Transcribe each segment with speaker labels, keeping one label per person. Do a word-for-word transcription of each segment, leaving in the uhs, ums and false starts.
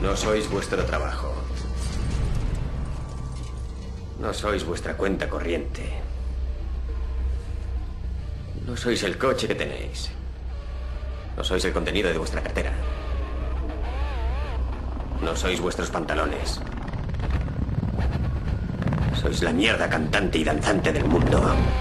Speaker 1: No sois vuestro trabajo. No sois vuestra cuenta corriente. No sois el coche que tenéis. No sois el contenido de vuestra cartera. No sois vuestros pantalones. Sois la mierda cantante y danzante del mundo.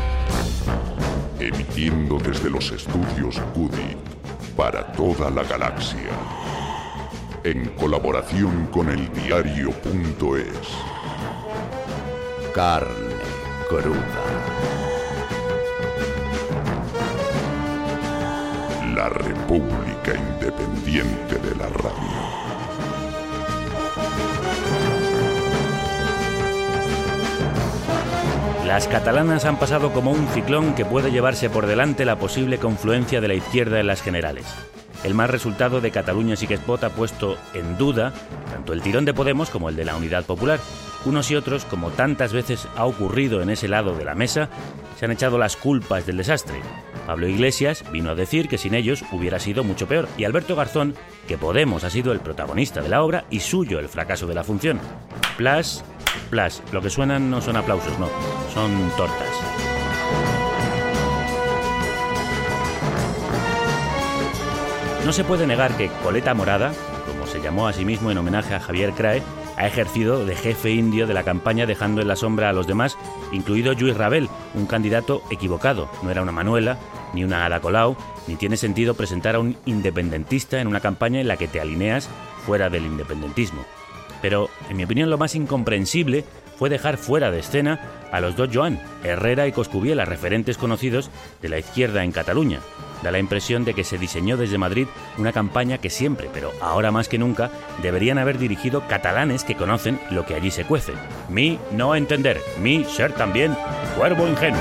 Speaker 2: Emitiendo desde los estudios Cudi para toda la galaxia. En colaboración con el diario punto es.
Speaker 3: Carne cruda.
Speaker 2: La República Independiente de la Radio.
Speaker 4: Las catalanas han pasado como un ciclón que puede llevarse por delante la posible confluencia de la izquierda en las generales. El mal resultado de Catalunya Sí que es Pot ha puesto en duda tanto el tirón de Podemos como el de la Unidad Popular. Unos y otros, como tantas veces ha ocurrido en ese lado de la mesa, se han echado las culpas del desastre. Pablo Iglesias vino a decir que sin ellos hubiera sido mucho peor, y Alberto Garzón que Podemos ha sido el protagonista de la obra y suyo el fracaso de la función. Plas, plas, lo que suenan no son aplausos, no, son tortas. No se puede negar que Coleta Morada, como se llamó a sí mismo en homenaje a Javier Crae, ha ejercido de jefe indio de la campaña dejando en la sombra a los demás, incluido Lluís Rabel, un candidato equivocado. No era una Manuela, ni una Ada Colau, ni tiene sentido presentar a un independentista en una campaña en la que te alineas fuera del independentismo. Pero, en mi opinión, lo más incomprensible fue dejar fuera de escena a los dos Joan, Herrera y Coscubiela, referentes conocidos de la izquierda en Cataluña. Da la impresión de que se diseñó desde Madrid una campaña que siempre, pero ahora más que nunca, deberían haber dirigido catalanes que conocen lo que allí se cuece. Mi no entender, mi ser también cuervo ingenuo.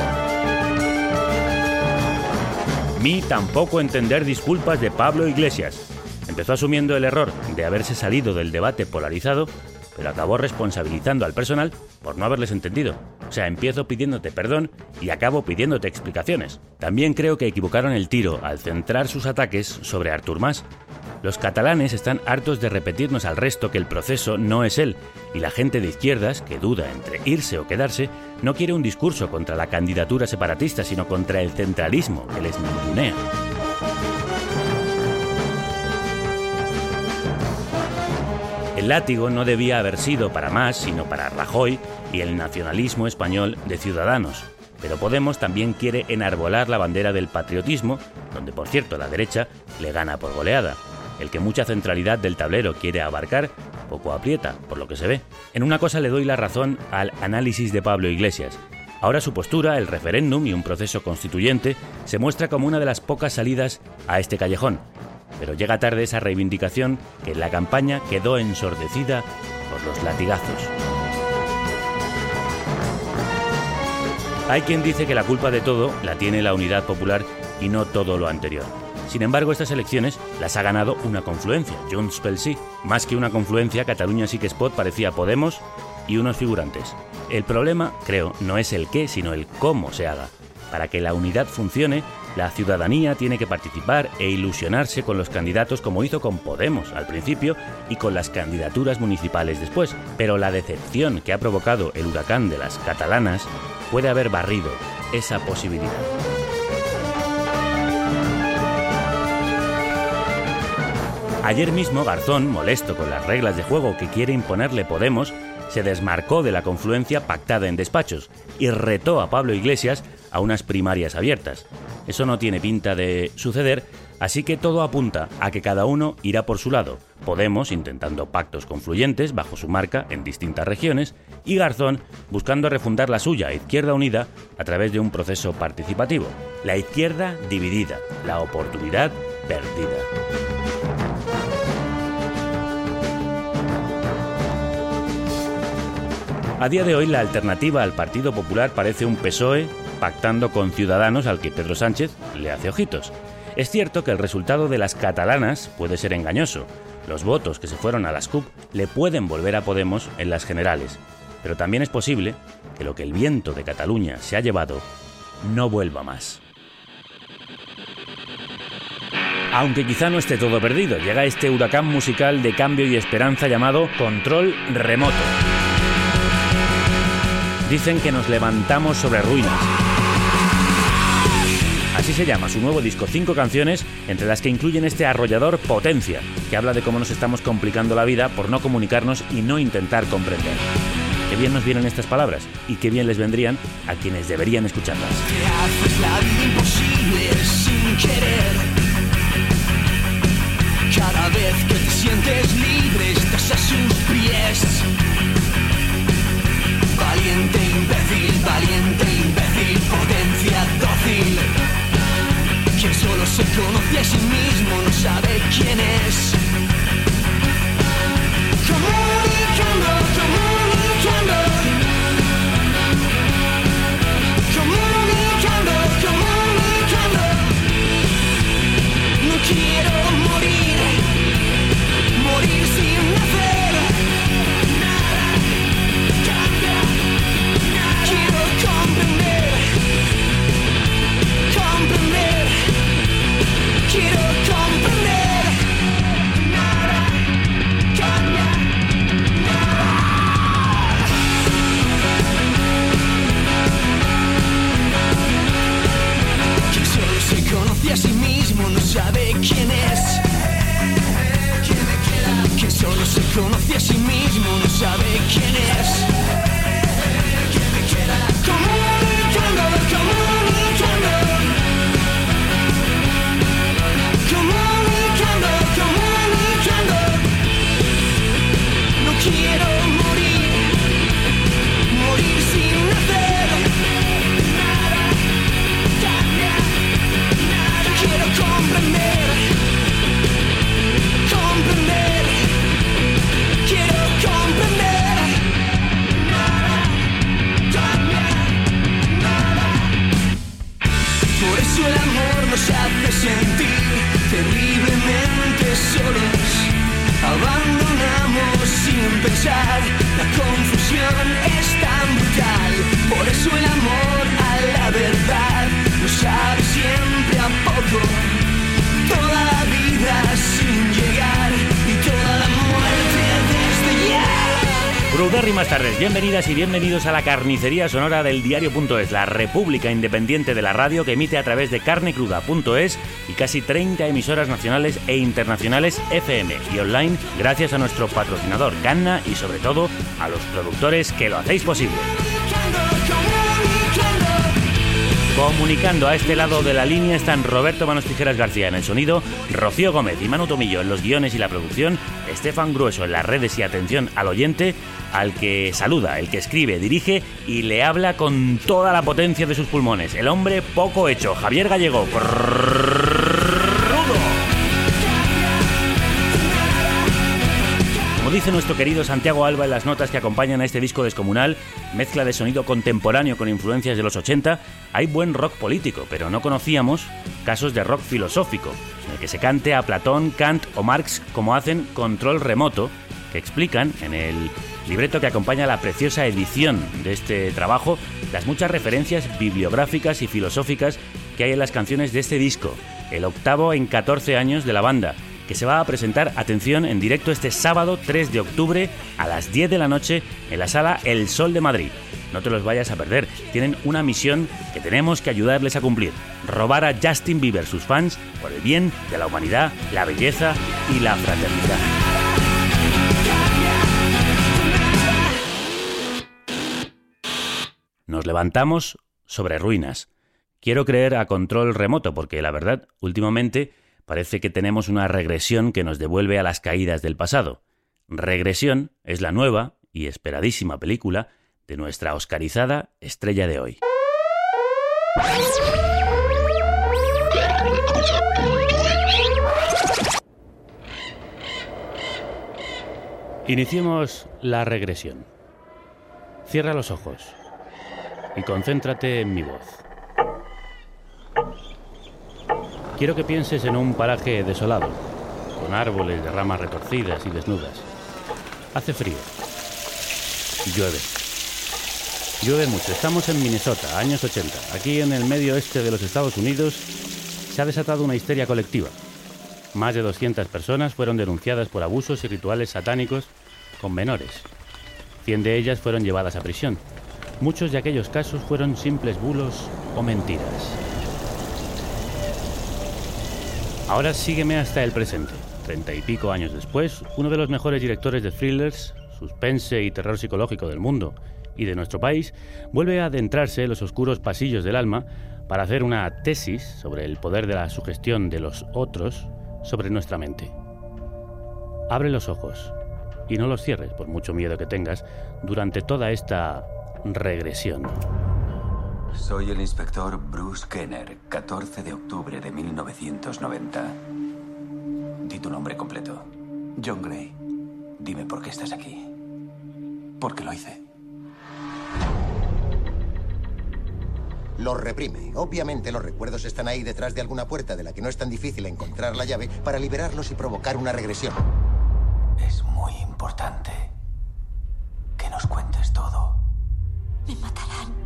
Speaker 4: Mi tampoco entender disculpas de Pablo Iglesias. Empezó asumiendo el error de haberse salido del debate polarizado, pero acabó responsabilizando al personal por no haberles entendido. O sea, empiezo pidiéndote perdón y acabo pidiéndote explicaciones. También creo que equivocaron el tiro al centrar sus ataques sobre Artur Mas. Los catalanes están hartos de repetirnos al resto que el proceso no es él, y la gente de izquierdas, que duda entre irse o quedarse, no quiere un discurso contra la candidatura separatista, sino contra el centralismo que les ningunea. El látigo no debía haber sido para Mas, sino para Rajoy y el nacionalismo español de Ciudadanos. Pero Podemos también quiere enarbolar la bandera del patriotismo, donde por cierto la derecha le gana por goleada. El que mucha centralidad del tablero quiere abarcar, poco aprieta, por lo que se ve. En una cosa le doy la razón al análisis de Pablo Iglesias. Ahora su postura, el referéndum y un proceso constituyente, se muestra como una de las pocas salidas a este callejón. Pero llega tarde esa reivindicación que en la campaña quedó ensordecida por los latigazos. Hay quien dice que la culpa de todo la tiene la Unidad Popular y no todo lo anterior. Sin embargo, estas elecciones las ha ganado una confluencia, Junts pel Sí. Más que una confluencia, Catalunya Sí que es Pot parecía Podemos y unos figurantes. El problema, creo, no es el qué, sino el cómo se haga. Para que la unidad funcione, la ciudadanía tiene que participar e ilusionarse con los candidatos como hizo con Podemos al principio y con las candidaturas municipales después. Pero la decepción que ha provocado el huracán de las catalanas puede haber barrido esa posibilidad. Ayer mismo Garzón, molesto con las reglas de juego que quiere imponerle Podemos, se desmarcó de la confluencia pactada en despachos y retó a Pablo Iglesias a unas primarias abiertas. Eso no tiene pinta de suceder, así que todo apunta a que cada uno irá por su lado. Podemos intentando pactos confluyentes bajo su marca en distintas regiones y Garzón buscando refundar la suya, Izquierda Unida, a través de un proceso participativo. La izquierda dividida, la oportunidad perdida. A día de hoy, la alternativa al Partido Popular parece un P S O E pactando con Ciudadanos al que Pedro Sánchez le hace ojitos. Es cierto que el resultado de las catalanas puede ser engañoso. Los votos que se fueron a las C U P le pueden volver a Podemos en las generales. Pero también es posible que lo que el viento de Cataluña se ha llevado no vuelva más. Aunque quizá no esté todo perdido, llega este huracán musical de cambio y esperanza llamado Control Remoto. Dicen que nos levantamos sobre ruinas. Así se llama su nuevo disco, cinco canciones, entre las que incluyen este arrollador Potencia, que habla de cómo nos estamos complicando la vida por no comunicarnos y no intentar comprender. Qué bien nos vienen estas palabras y qué bien les vendrían a quienes deberían escucharlas.
Speaker 5: Te haces la vida imposible sin querer. Cada vez que te sientes libre estás a sus pies. Valiente imbécil, valiente imbécil, potencia dócil. Quien solo se conoce a sí mismo no sabe quién es. Comunicando, comunicando. Comunicando, comunicando. No quiero morir, morir sin hacer nada. Cambia, nada. Quiero comprender, comprender. Quiero comprender. Nada, cambia, nada. Quien solo se conoce a sí mismo no sabe quién es. Quien solo se conoce a sí mismo no sabe quién es. Comunicando, comunicando. Comunicando, comunicando. No quiero morir, morir sin hacer nada. Cambia, nada. Quiero comprender, comprender. Quiero comprender. Nada, cambia, nada. Por eso el amor nos hace sentir terriblemente solos. Abandonamos sin pensar, la confusión es tan brutal. Por eso el amor a la verdad nos abre siempre a poco. Toda la vida sin llegar y toda la muerte desde ya.
Speaker 4: Brudérrimas tardes, bienvenidas y bienvenidos a la carnicería sonora del diario punto es, la república independiente de la radio que emite a través de carne cruda punto es y casi treinta emisoras nacionales e internacionales F M y online, gracias a nuestro patrocinador Canna y sobre todo a los productores que lo hacéis posible. Comunicando a este lado de la línea están Roberto Manos Tijeras García en el sonido, Rocío Gómez y Manu Tomillo en los guiones y la producción, Estefan Grueso en las redes y atención al oyente, al que saluda, el que escribe, dirige y le habla con toda la potencia de sus pulmones. El hombre poco hecho, Javier Gallego. Como dice nuestro querido Santiago Alba en las notas que acompañan a este disco descomunal, mezcla de sonido contemporáneo con influencias de los ochenta, hay buen rock político, pero no conocíamos casos de rock filosófico, en el que se cante a Platón, Kant o Marx como hacen Control Remoto, que explican en el libreto que acompaña la preciosa edición de este trabajo las muchas referencias bibliográficas y filosóficas que hay en las canciones de este disco, el octavo en catorce años de la banda, que se va a presentar, atención, en directo este sábado tres de octubre a las diez de la noche en la sala El Sol de Madrid. No te los vayas a perder, tienen una misión que tenemos que ayudarles a cumplir: robar a Justin Bieber sus fans por el bien de la humanidad, la belleza y la fraternidad. Nos levantamos sobre ruinas. Quiero creer a Control Remoto porque la verdad, últimamente parece que tenemos una regresión que nos devuelve a las caídas del pasado. Regresión es la nueva y esperadísima película de nuestra oscarizada estrella de hoy. Iniciemos la regresión. Cierra los ojos y concéntrate en mi voz. Quiero que pienses en un paraje desolado, con árboles de ramas retorcidas y desnudas. Hace frío. Llueve. Llueve mucho. Estamos en Minnesota, años ochenta. Aquí en el medio oeste de los Estados Unidos se ha desatado una histeria colectiva. más de doscientas personas fueron denunciadas por abusos y rituales satánicos con menores. cien de ellas fueron llevadas a prisión. Muchos de aquellos casos fueron simples bulos o mentiras. Ahora sígueme hasta el presente. Treinta y pico años después, uno de los mejores directores de thrillers, suspense y terror psicológico del mundo y de nuestro país, vuelve a adentrarse en los oscuros pasillos del alma para hacer una tesis sobre el poder de la sugestión de los otros sobre nuestra mente. Abre los ojos y no los cierres, por mucho miedo que tengas, durante toda esta regresión.
Speaker 6: Soy el inspector Bruce Kenner, catorce de octubre de mil novecientos noventa. Di tu nombre completo. John Gray. Dime por qué estás aquí. ¿Por qué lo hice?
Speaker 7: Los reprime. Obviamente los recuerdos están ahí detrás de alguna puerta de la que no es tan difícil encontrar la llave para liberarlos y provocar una regresión.
Speaker 6: Es muy importante que nos cuentes todo.
Speaker 8: Me matarán.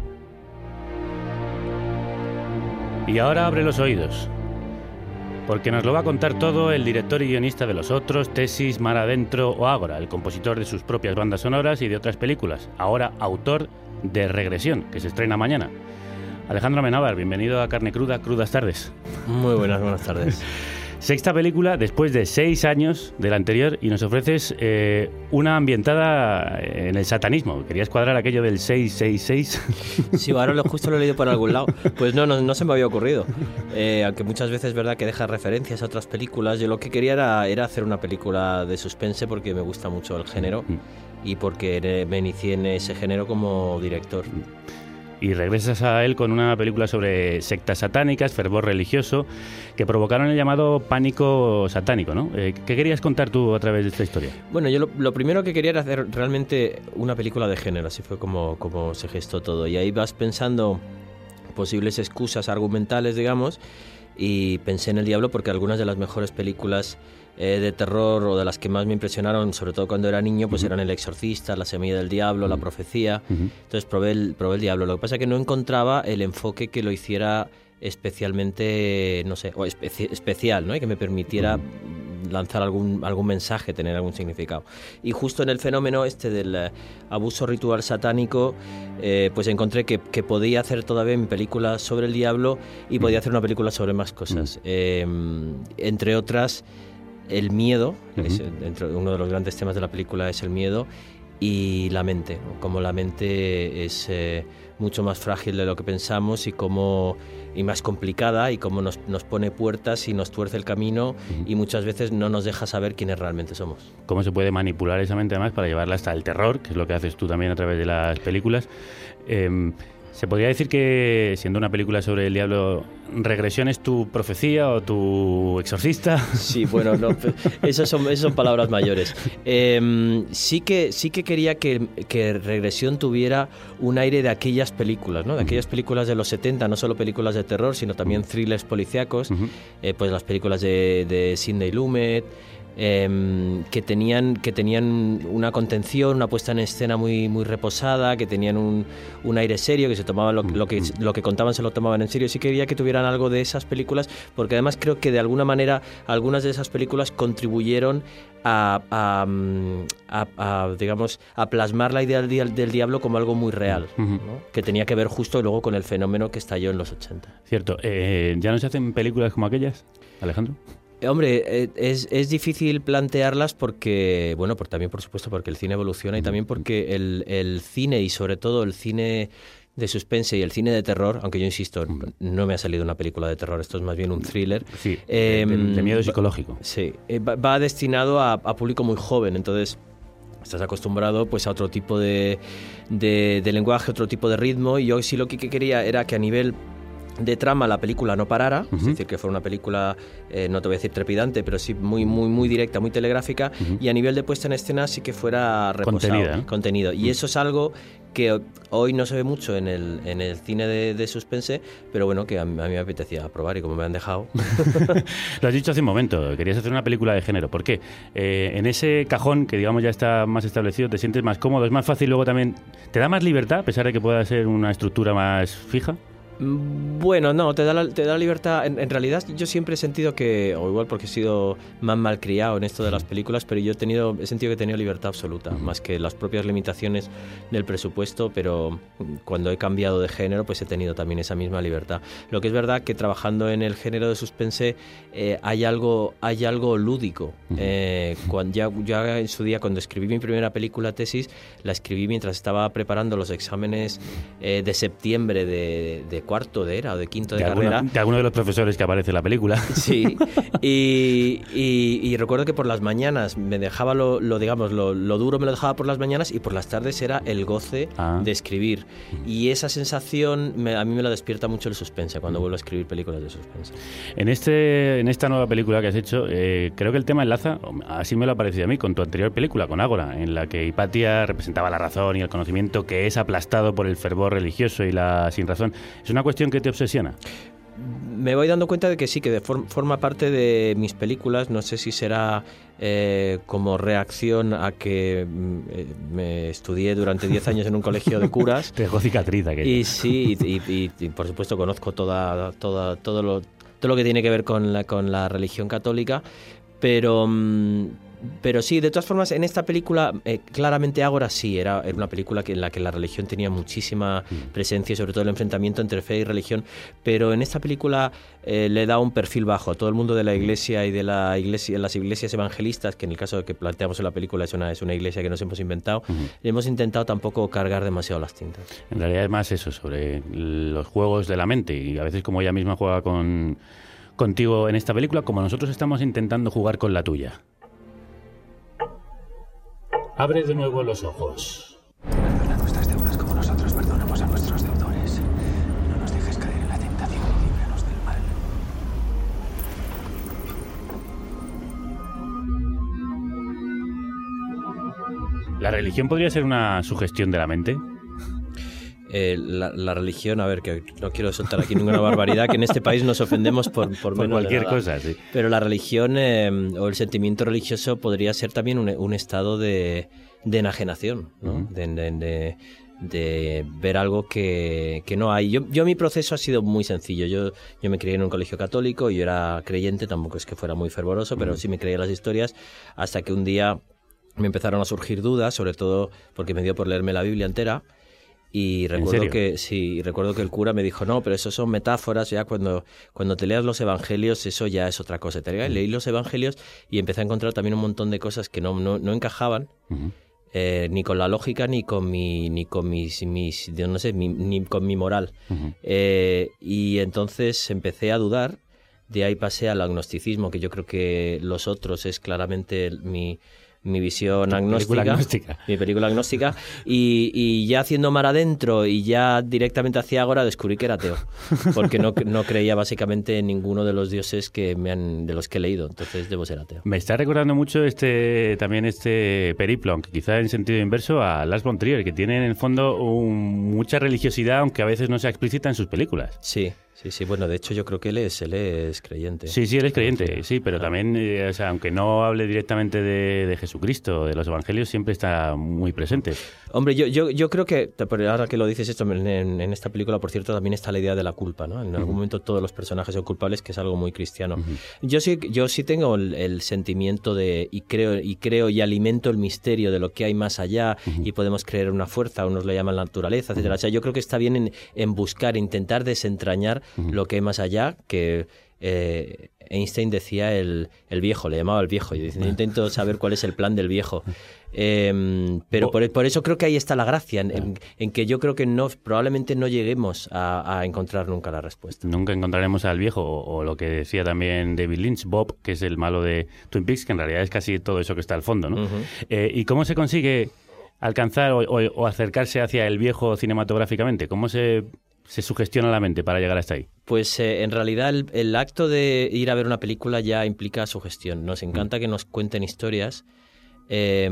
Speaker 4: Y ahora abre los oídos, porque nos lo va a contar todo el director y guionista de Los Otros, Tesis, Mar Adentro o Ágora, el compositor de sus propias bandas sonoras y de otras películas, ahora autor de Regresión, que se estrena mañana. Alejandro Amenábar, bienvenido a Carne Cruda, crudas tardes.
Speaker 9: Muy buenas, buenas tardes.
Speaker 4: Sexta película después de seis años de la anterior y nos ofreces eh, una ambientada en el satanismo. ¿Querías cuadrar aquello del seis seis seis?
Speaker 9: Sí, ahora lo, justo lo he leído por algún lado. Pues no, no, no se me había ocurrido. Eh, aunque muchas veces es verdad que deja referencias a otras películas. Yo lo que quería era, era hacer una película de suspense porque me gusta mucho el género y porque me inicié en ese género como director.
Speaker 4: Y regresas a él con una película sobre sectas satánicas, fervor religioso, que provocaron el llamado pánico satánico, ¿no? Eh, ¿Qué querías contar tú a través de esta historia?
Speaker 9: Bueno, yo lo, lo primero que quería era hacer realmente una película de género, así fue como, como se gestó todo. Y ahí vas pensando posibles excusas argumentales, digamos, y pensé en El Diablo porque algunas de las mejores películas eh, de terror o de las que más me impresionaron, sobre todo cuando era niño, pues uh-huh. eran El Exorcista, La Semilla del Diablo, uh-huh. La Profecía. Uh-huh. Entonces probé el, probé el Diablo. Lo que pasa es que no encontraba el enfoque que lo hiciera especialmente, no sé, o especi- especial, ¿no? Y que me permitiera uh-huh. lanzar algún, algún mensaje, tener algún significado. Y justo en el fenómeno este del uh, abuso ritual satánico, eh, pues encontré que, que podía hacer todavía mi película sobre el diablo y podía hacer una película sobre más cosas. Uh-huh. Eh, entre otras, el miedo, uh-huh. es, dentro, uno de los grandes temas de la película es el miedo, y la mente, ¿no? Como la mente es eh, mucho más frágil de lo que pensamos y como y más complicada y cómo nos, nos pone puertas y nos tuerce el camino uh-huh. y muchas veces no nos deja saber quiénes realmente somos.
Speaker 4: ¿Cómo se puede manipular esa mente además para llevarla hasta el terror, que es lo que haces tú también a través de las películas? Eh, ¿Se podría decir que, siendo una película sobre el diablo, Regresión es tu profecía o tu exorcista?
Speaker 9: Sí, bueno, no, esas son, esas son palabras mayores. Eh, sí, que, sí que quería que, que Regresión tuviera un aire de aquellas películas, ¿no? De aquellas películas de los setenta, no solo películas de terror, sino también thrillers policíacos, uh-huh. eh, pues las películas de, de Sidney Lumet, Eh, que tenían que tenían una contención, una puesta en escena muy muy reposada, que tenían un, un aire serio, que se tomaban lo, lo que lo que contaban se lo tomaban en serio. Sí quería que tuvieran algo de esas películas, porque además creo que de alguna manera algunas de esas películas contribuyeron a, a, a, a digamos a plasmar la idea del, del diablo como algo muy real, uh-huh. ¿no? Que tenía que ver justo luego con el fenómeno que estalló en los ochenta.
Speaker 4: Cierto. Eh, ¿Ya no se hacen películas como aquellas, Alejandro?
Speaker 9: Hombre, es, es difícil plantearlas porque, bueno, por, también por supuesto porque el cine evoluciona y también porque el, el cine y sobre todo el cine de suspense y el cine de terror, aunque yo insisto, no me ha salido una película de terror, esto es más bien un thriller.
Speaker 4: Sí, eh, de, de miedo psicológico.
Speaker 9: Sí, va, va destinado a, a público muy joven, entonces estás acostumbrado pues a otro tipo de, de, de lenguaje, otro tipo de ritmo, y yo sí lo que quería era que a nivel de trama la película no parara, uh-huh. es decir, que fuera una película, eh, no te voy a decir trepidante, pero sí muy muy muy directa, muy telegráfica, uh-huh. y a nivel de puesta en escena sí que fuera reposado,
Speaker 4: Contenida, ¿eh?
Speaker 9: contenido. Y uh-huh. eso es algo que hoy no se ve mucho en el, en el cine de, de suspense, pero bueno, que a mí, a mí me apetecía probar y como me han dejado...
Speaker 4: Lo has dicho hace un momento, querías hacer una película de género. ¿Por qué? Eh, en ese cajón que digamos ya está más establecido, te sientes más cómodo, es más fácil luego también... ¿Te da más libertad a pesar de que pueda ser una estructura más fija?
Speaker 9: Bueno, no, te da la, te da la libertad. En, en realidad yo siempre he sentido que, o igual porque he sido más malcriado en esto de las películas, pero yo he tenido, he sentido que he tenido libertad absoluta, uh-huh. más que las propias limitaciones del presupuesto, pero cuando he cambiado de género, pues he tenido también esa misma libertad. Lo que es verdad que trabajando en el género de suspense eh, hay algo, hay algo lúdico. Uh-huh. Eh, cuando ya, ya en su día, cuando escribí mi primera película tesis, la escribí mientras estaba preparando los exámenes eh, de septiembre de, de cuarto de era o de quinto de, de carrera.
Speaker 4: Alguno, de alguno de los profesores que aparece en la película.
Speaker 9: Sí, y, y, y recuerdo que por las mañanas me dejaba lo, lo digamos, lo, lo duro me lo dejaba por las mañanas y por las tardes era el goce ah. de escribir. Y esa sensación me, a mí me la despierta mucho el suspense cuando vuelvo a escribir películas de suspense.
Speaker 4: En, este, en esta nueva película que has hecho, eh, creo que el tema enlaza, así me lo ha parecido a mí, con tu anterior película, con Ágora, en la que Hipatia representaba la razón y el conocimiento que es aplastado por el fervor religioso y la sinrazón. Es una cuestión que te obsesiona.
Speaker 9: Me voy dando cuenta de que sí, que de for- forma parte de mis películas. No sé si será eh, como reacción a que eh, me estudié durante diez años en un colegio de curas.
Speaker 4: Te dejó cicatriz aquello.
Speaker 9: Y sí, y, y, y, y por supuesto conozco toda, toda, todo, lo, todo lo que tiene que ver con la, con la religión católica, pero... Mmm, Pero sí, de todas formas, en esta película, eh, claramente Ágora sí, era, era una película que, en la que la religión tenía muchísima presencia, y sobre todo el enfrentamiento entre fe y religión, pero en esta película eh, le da un perfil bajo a todo el mundo de la iglesia y de la iglesia, las iglesias evangelistas, que en el caso que planteamos en la película es una, es una iglesia que nos hemos inventado. Uh-huh. Hemos intentado tampoco cargar demasiado las tintas.
Speaker 4: En realidad es más eso, sobre los juegos de la mente, y a veces como ella misma juega con, contigo en esta película, como nosotros estamos intentando jugar con la tuya. Abre de nuevo los ojos.
Speaker 6: Perdona nuestras deudas como nosotros perdonamos a nuestros deudores. No nos dejes caer en la tentación y líbranos del mal.
Speaker 4: ¿La religión podría ser una sugestión de la mente?
Speaker 9: Eh, la, la religión, a ver, que no quiero soltar aquí ninguna barbaridad, que en este país nos ofendemos por, por,
Speaker 4: por
Speaker 9: menos
Speaker 4: cualquier
Speaker 9: de nada.
Speaker 4: cosa, sí.
Speaker 9: Pero la religión eh, o el sentimiento religioso podría ser también un, un estado de, de enajenación, ¿no? Uh-huh. de, de, de, de ver algo que, que no hay. Yo, yo mi proceso ha sido muy sencillo. Yo, yo me crié en un colegio católico, yo era creyente, tampoco es que fuera muy fervoroso, uh-huh. pero sí me creía las historias, hasta que un día me empezaron a surgir dudas, sobre todo porque me dio por leerme la Biblia entera. Y recuerdo que sí, recuerdo que el cura me dijo, no, pero eso son metáforas, ya cuando, cuando te leas los evangelios eso ya es otra cosa. Te leí los evangelios y empecé a encontrar también un montón de cosas que no, no, no encajaban, uh-huh. eh, ni con la lógica, ni con mi, ni con mis, mis no sé, mi, ni con mi moral. Uh-huh. Eh, y entonces empecé a dudar, de ahí pasé al agnosticismo, que yo creo que los otros es claramente mi... mi visión agnóstica,
Speaker 4: película agnóstica,
Speaker 9: mi película agnóstica, y, y ya haciendo mar adentro y ya directamente hacia Ágora descubrí que era ateo, porque no, no creía básicamente en ninguno de los dioses que me han, de los que he leído, entonces debo ser ateo.
Speaker 4: Me está recordando mucho este también este periplo, aunque quizá en sentido inverso, a Lars von Trier, que tiene en el fondo un, mucha religiosidad, aunque a veces no sea explícita en sus películas.
Speaker 9: Sí. Sí, sí, bueno, de hecho yo creo que él es, él es creyente.
Speaker 4: Sí, sí, él es creyente, sí, pero también, eh, o sea, aunque no hable directamente de, de Jesucristo, de los evangelios, siempre está muy presente.
Speaker 9: Hombre, yo, yo, yo creo que, ahora que lo dices esto, en, en esta película, por cierto, también está la idea de la culpa, ¿no? En algún uh-huh. momento todos los personajes son culpables, que es algo muy cristiano. Uh-huh. Yo sí, yo sí tengo el, el sentimiento de, y creo, y creo y alimento el misterio de lo que hay más allá, uh-huh. y podemos creer una fuerza, unos le llaman la naturaleza, etcétera. Uh-huh. O sea, yo creo que está bien en, en buscar, intentar desentrañar uh-huh. lo que hay más allá, que eh, Einstein decía el, el viejo, le llamaba el viejo, y yo intento saber cuál es el plan del viejo. Eh, pero por, por eso creo que ahí está la gracia, en, en, en que yo creo que no, probablemente no lleguemos a, a encontrar nunca la respuesta.
Speaker 4: Nunca encontraremos al viejo, o, o lo que decía también David Lynch, Bob, que es el malo de Twin Peaks, que en realidad es casi todo eso que está al fondo, ¿no? Uh-huh. Eh, ¿Y cómo se consigue alcanzar o, o, o acercarse hacia el viejo cinematográficamente? ¿Cómo se... se sugestiona la mente para llegar hasta ahí?
Speaker 9: Pues eh, en realidad el, el acto de ir a ver una película ya implica sugestión. Nos encanta mm. que nos cuenten historias eh,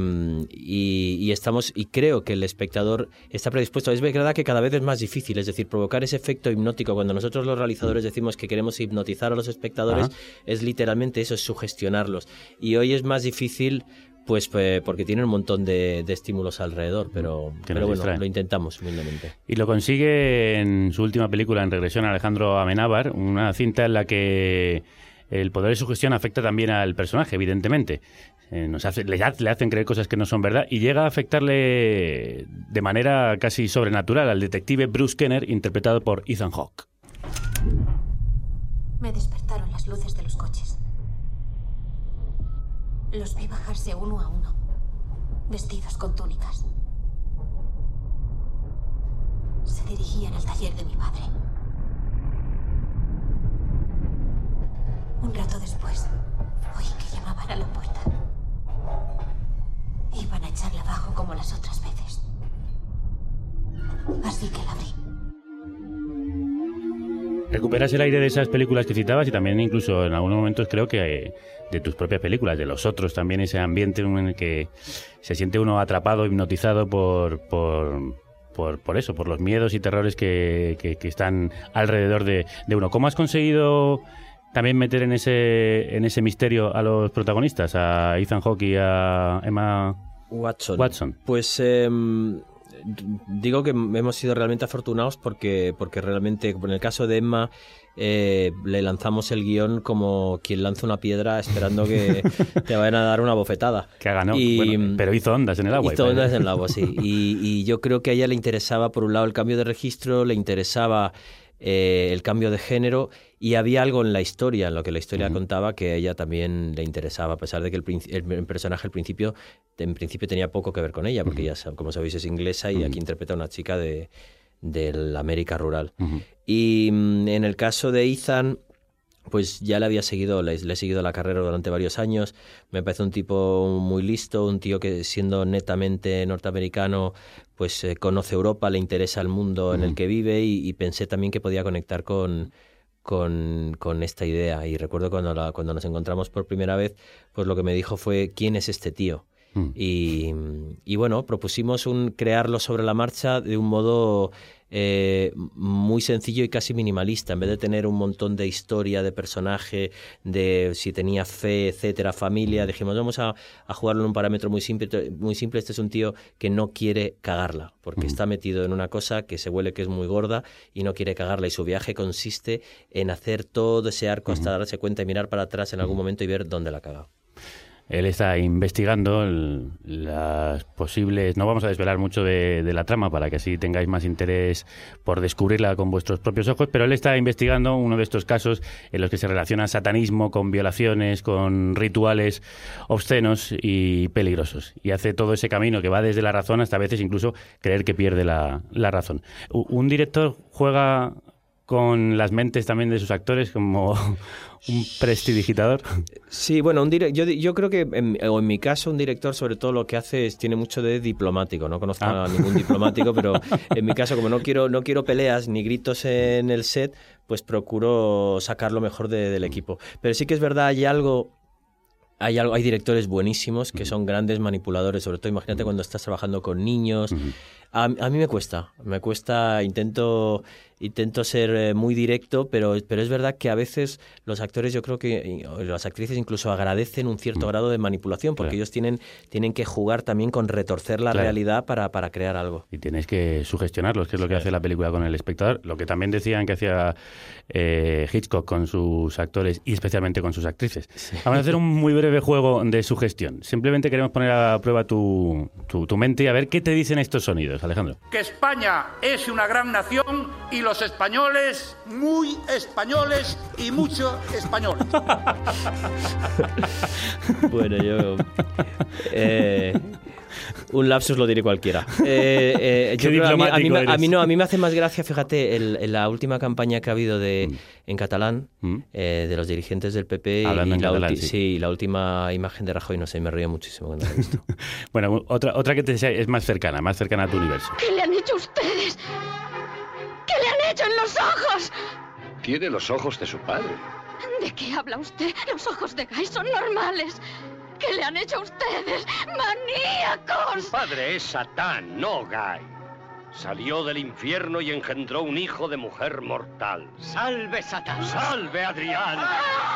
Speaker 9: y, y estamos y creo que el espectador está predispuesto. Es verdad que cada vez es más difícil, es decir, provocar ese efecto hipnótico. Cuando nosotros los realizadores decimos que queremos hipnotizar a los espectadores, Ajá. es literalmente eso, es sugestionarlos. Y hoy es más difícil Pues, pues porque tiene un montón de, de estímulos alrededor, pero, pero bueno, distrae. Lo intentamos humildemente.
Speaker 4: Y lo consigue en su última película, En regresión a Alejandro Amenábar, una cinta en la que el poder de sugestión afecta también al personaje, evidentemente. Eh, nos hace, le, le hacen creer cosas que no son verdad y llega a afectarle de manera casi sobrenatural al detective Bruce Kenner, interpretado por Ethan Hawke.
Speaker 8: Me despertaron las luces de los coches. Los vi bajarse uno a uno, vestidos con túnicas. Se dirigían al taller de mi padre. Un rato después, oí que llamaban a la puerta. Iban a echarla abajo como las otras veces. Así que la abrí.
Speaker 4: Recuperas el aire de esas películas que citabas y también incluso en algunos momentos creo que de tus propias películas, de los otros también, ese ambiente en el que se siente uno atrapado, hipnotizado por, por, por, por eso, por los miedos y terrores que, que, que están alrededor de, de uno. ¿Cómo has conseguido también meter en ese, en ese misterio a los protagonistas, a Ethan Hawke y a Emma
Speaker 9: Watson?
Speaker 4: Watson?
Speaker 9: Pues... Eh... digo que hemos sido realmente afortunados porque, porque realmente, en el caso de Emma, eh, le lanzamos el guión como quien lanza una piedra esperando que te vayan a dar una bofetada.
Speaker 4: Que haga, ¿no?
Speaker 9: Y,
Speaker 4: bueno, pero hizo ondas en el agua.
Speaker 9: Hizo ondas en el agua, sí. Y, y yo creo que a ella le interesaba, por un lado, el cambio de registro, le interesaba eh, el cambio de género, y había algo en la historia, en lo que la historia uh-huh. contaba, que a ella también le interesaba, a pesar de que el, el, el personaje al principio, en principio tenía poco que ver con ella, porque uh-huh. ella, como sabéis, es inglesa y uh-huh. aquí interpreta a una chica de, de la América rural. Uh-huh. Y mm, en el caso de Ethan, pues ya le había seguido, le, le he seguido la carrera durante varios años. Me parece un tipo muy listo, un tío que, siendo netamente norteamericano, pues eh, conoce Europa, le interesa el mundo uh-huh. en el que vive, y, y pensé también que podía conectar con... Con, con esta idea. Y recuerdo cuando, la, cuando nos encontramos por primera vez, pues lo que me dijo fue: ¿quién es este tío? Mm. Y, y bueno, propusimos un, crearlo sobre la marcha de un modo eh, muy sencillo y casi minimalista. En vez de tener un montón de historia, de personaje, de si tenía fe, etcétera, familia, dijimos, vamos a, a jugarlo en un parámetro muy simple, muy simple. Este es un tío que no quiere cagarla, porque mm. está metido en una cosa que se huele que es muy gorda y no quiere cagarla. Y su viaje consiste en hacer todo ese arco hasta mm. darse cuenta y mirar para atrás en algún momento y ver dónde la ha cagado.
Speaker 4: Él está investigando el, las posibles... No vamos a desvelar mucho de, de la trama para que así tengáis más interés por descubrirla con vuestros propios ojos, pero él está investigando uno de estos casos en los que se relaciona satanismo con violaciones, con rituales obscenos y peligrosos. Y hace todo ese camino que va desde la razón hasta a veces incluso creer que pierde la, la razón. Un director juega con las mentes también de sus actores como un prestidigitador.
Speaker 9: Sí, bueno, un dire- yo, yo creo que, en, o en mi caso, un director sobre todo lo que hace es, tiene mucho de diplomático. No conozco ah. a ningún diplomático, pero en mi caso, como no quiero, no quiero peleas ni gritos en el set, pues procuro sacar lo mejor de, del equipo. Pero sí que es verdad, hay algo... Hay, algo, hay directores buenísimos que son grandes manipuladores, sobre todo imagínate cuando estás trabajando con niños. Uh-huh. A, a mí me cuesta, me cuesta, intento, intento ser muy directo, pero, pero es verdad que a veces los actores, yo creo que las actrices incluso agradecen un cierto uh-huh. grado de manipulación, porque claro. ellos tienen, tienen que jugar también con retorcer la claro. realidad para, para crear algo.
Speaker 4: Y tienes que sugestionarlos, que es lo que sí. hace la película con el espectador. Lo que también decían que hacía eh, Hitchcock con sus actores y especialmente con sus actrices. Sí. Vamos a hacer un muy breve juego de sugestión. Simplemente queremos poner a prueba tu, tu, tu mente y a ver qué te dicen estos sonidos, Alejandro.
Speaker 10: Que España es una gran nación y los españoles muy españoles y mucho españoles.
Speaker 9: Bueno, yo... Eh, un lapsus lo diré cualquiera. Eh, eh, yo creo, a, mí, a, mí, a mí no, a mí me hace más gracia, fíjate, el, en la última campaña que ha habido de, mm. en catalán, mm. eh, de los dirigentes del P P,
Speaker 4: Hablando
Speaker 9: y
Speaker 4: en
Speaker 9: la,
Speaker 4: catalán,
Speaker 9: ulti-
Speaker 4: sí.
Speaker 9: sí, la última imagen de Rajoy, no sé, me río muchísimo cuando la he visto.
Speaker 4: Bueno, otra, otra que te sea, es más cercana, más cercana a tu universo.
Speaker 8: ¿Qué le han hecho a ustedes? ¿Qué le han hecho en los ojos?
Speaker 11: Tiene los ojos de su padre.
Speaker 8: ¿De qué habla usted? Los ojos de Guy son normales. ¿Qué le han hecho a ustedes? ¡Maníacos!
Speaker 11: Su padre es Satán, no Guy. Salió del infierno y engendró un hijo de mujer mortal. ¡Salve, Satán! ¡Salve, Adrián! ¡Salve,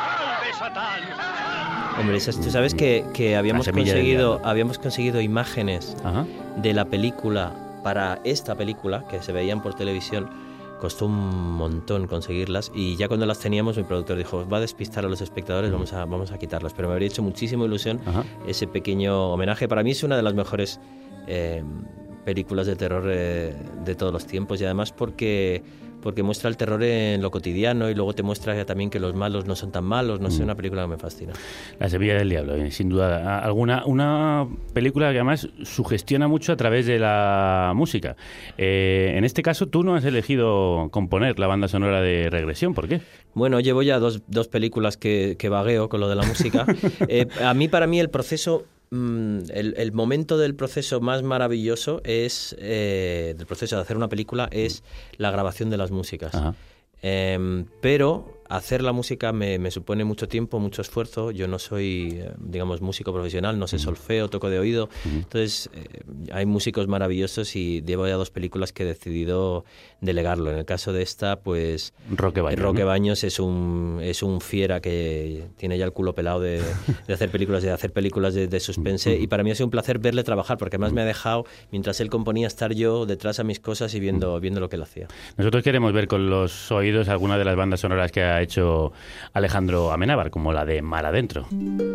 Speaker 11: de Satán.
Speaker 9: Hombre, esas, tú sabes que, que habíamos, conseguido, habíamos conseguido imágenes Ajá. de la película para esta película, que se veían por televisión. Costó un montón conseguirlas y ya cuando las teníamos mi productor dijo, va a despistar a los espectadores, uh-huh. vamos, a, vamos a quitarlas. Pero me habría hecho muchísima ilusión uh-huh. ese pequeño homenaje. Para mí es una de las mejores eh, películas de terror eh, de todos los tiempos y además porque... porque muestra el terror en lo cotidiano y luego te muestra también que los malos no son tan malos. No sé, mm. una película que me fascina.
Speaker 4: La Semilla del Diablo, sin duda. Alguna, una película que además sugestiona mucho a través de la música. Eh, en este caso, tú no has elegido componer la banda sonora de Regresión. ¿Por qué?
Speaker 9: Bueno, llevo ya dos, dos películas que, que vagueo con lo de la música. eh, a mí, para mí, el proceso... El, el momento del proceso más maravilloso es eh, del proceso de hacer una película es la grabación de las músicas. Eh, pero hacer la música me, me supone mucho tiempo, mucho esfuerzo. Yo no soy, digamos, músico profesional, no sé solfeo, toco de oído. Uh-huh. Entonces, eh, hay músicos maravillosos y llevo ya dos películas que he decidido delegarlo. En el caso de esta, pues...
Speaker 4: Roque Baños.
Speaker 9: Roque
Speaker 4: ¿no?
Speaker 9: Baños es un, es un fiera que tiene ya el culo pelado de, de hacer películas, de hacer películas de, de suspense. Uh-huh. Y para mí ha sido un placer verle trabajar, porque además uh-huh. me ha dejado, mientras él componía, estar yo detrás a mis cosas y viendo, uh-huh. viendo lo que él hacía.
Speaker 4: Nosotros queremos ver con los oídos alguna de las bandas sonoras que ha hecho Alejandro Amenábar, como la de Mar Adentro.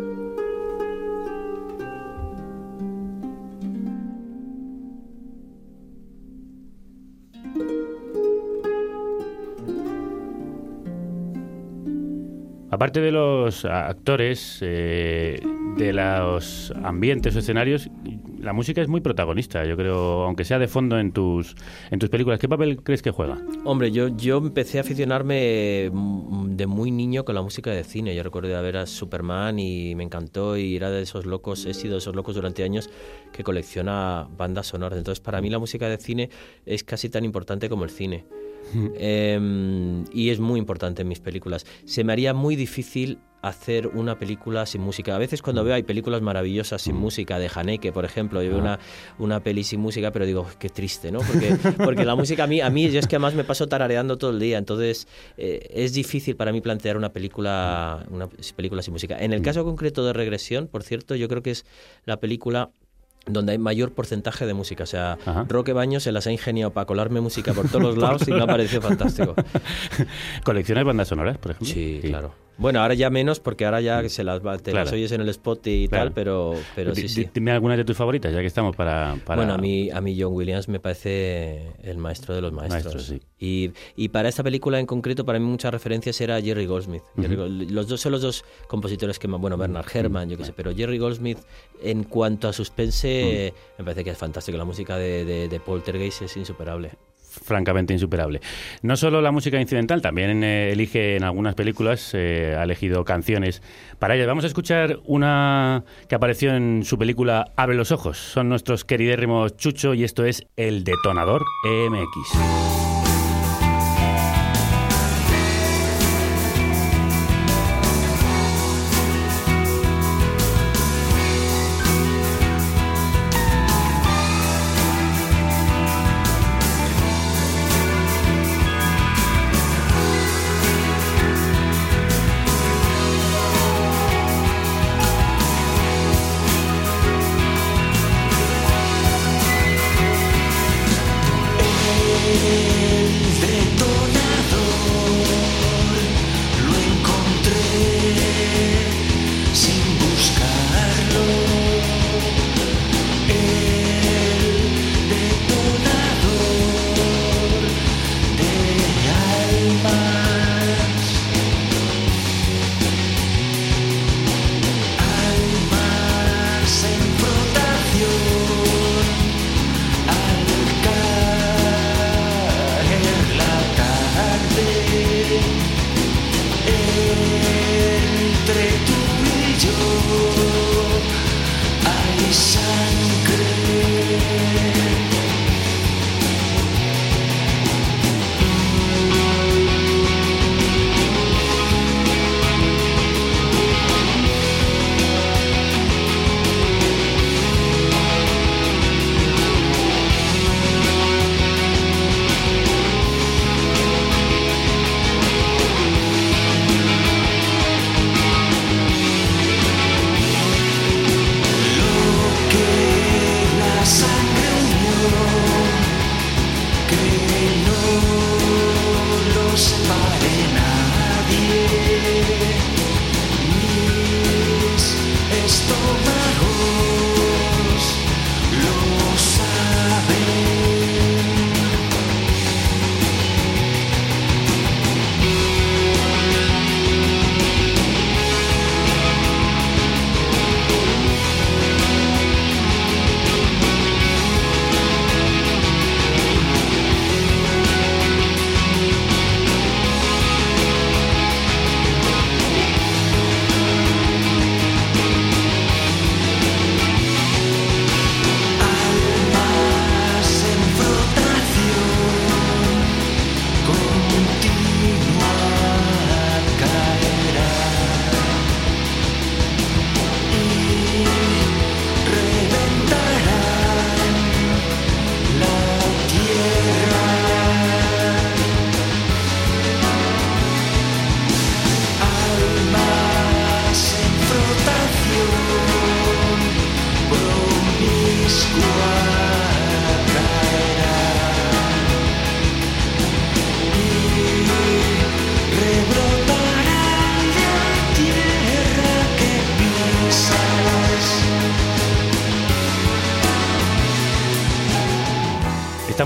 Speaker 4: Aparte de los actores, eh, de los ambientes o escenarios, la música es muy protagonista, yo creo, aunque sea de fondo en tus en tus películas. ¿Qué papel crees que juega?
Speaker 9: Hombre, yo, yo empecé a aficionarme de muy niño con la música de cine. Yo recuerdo de ver a Superman y me encantó y era de esos locos, he sido de esos locos durante años que colecciona bandas sonoras. Entonces, para mí la música de cine es casi tan importante como el cine. Eh, y es muy importante en mis películas. Se me haría muy difícil hacer una película sin música. A veces cuando veo hay películas maravillosas sin música, de Haneke, por ejemplo, yo veo una, una peli sin música, pero digo, qué triste, ¿no? Porque, porque la música a mí, a mí, yo es que además me paso tarareando todo el día, entonces eh, es difícil para mí plantear una película, una película sin música. En el caso concreto de Regresión, por cierto, yo creo que es la película donde hay mayor porcentaje de música. O sea, Ajá. Roque Baños se las ha ingeniado para colarme música por todos los lados y me ha parecido fantástico.
Speaker 4: ¿Coleccionas bandas sonoras, por ejemplo?
Speaker 9: Sí, sí, claro. Bueno, ahora ya menos, porque ahora ya se las va, te claro. las oyes en el spot y claro. tal, pero, pero sí, sí.
Speaker 4: Dime algunas de tus favoritas, ya que estamos para... para...
Speaker 9: Bueno, a mí, a mí John Williams me parece el maestro de los maestros.
Speaker 4: Maestro, sí.
Speaker 9: y, y para esta película en concreto, para mí muchas referencias era Jerry Goldsmith. Uh-huh. Jerry, los dos son los dos compositores que más... Bueno, Bernard Herrmann, uh-huh. yo qué sé, pero Jerry Goldsmith, en cuanto a suspense, uh-huh. me parece que es fantástico. La música de, de, de Poltergeist es insuperable.
Speaker 4: Francamente insuperable. No solo la música incidental, también eh, elige en algunas películas, eh, ha elegido canciones para ellas. Vamos a escuchar una que apareció en su película Abre los ojos. Son nuestros queridérrimos Chucho y esto es El Detonador E M X.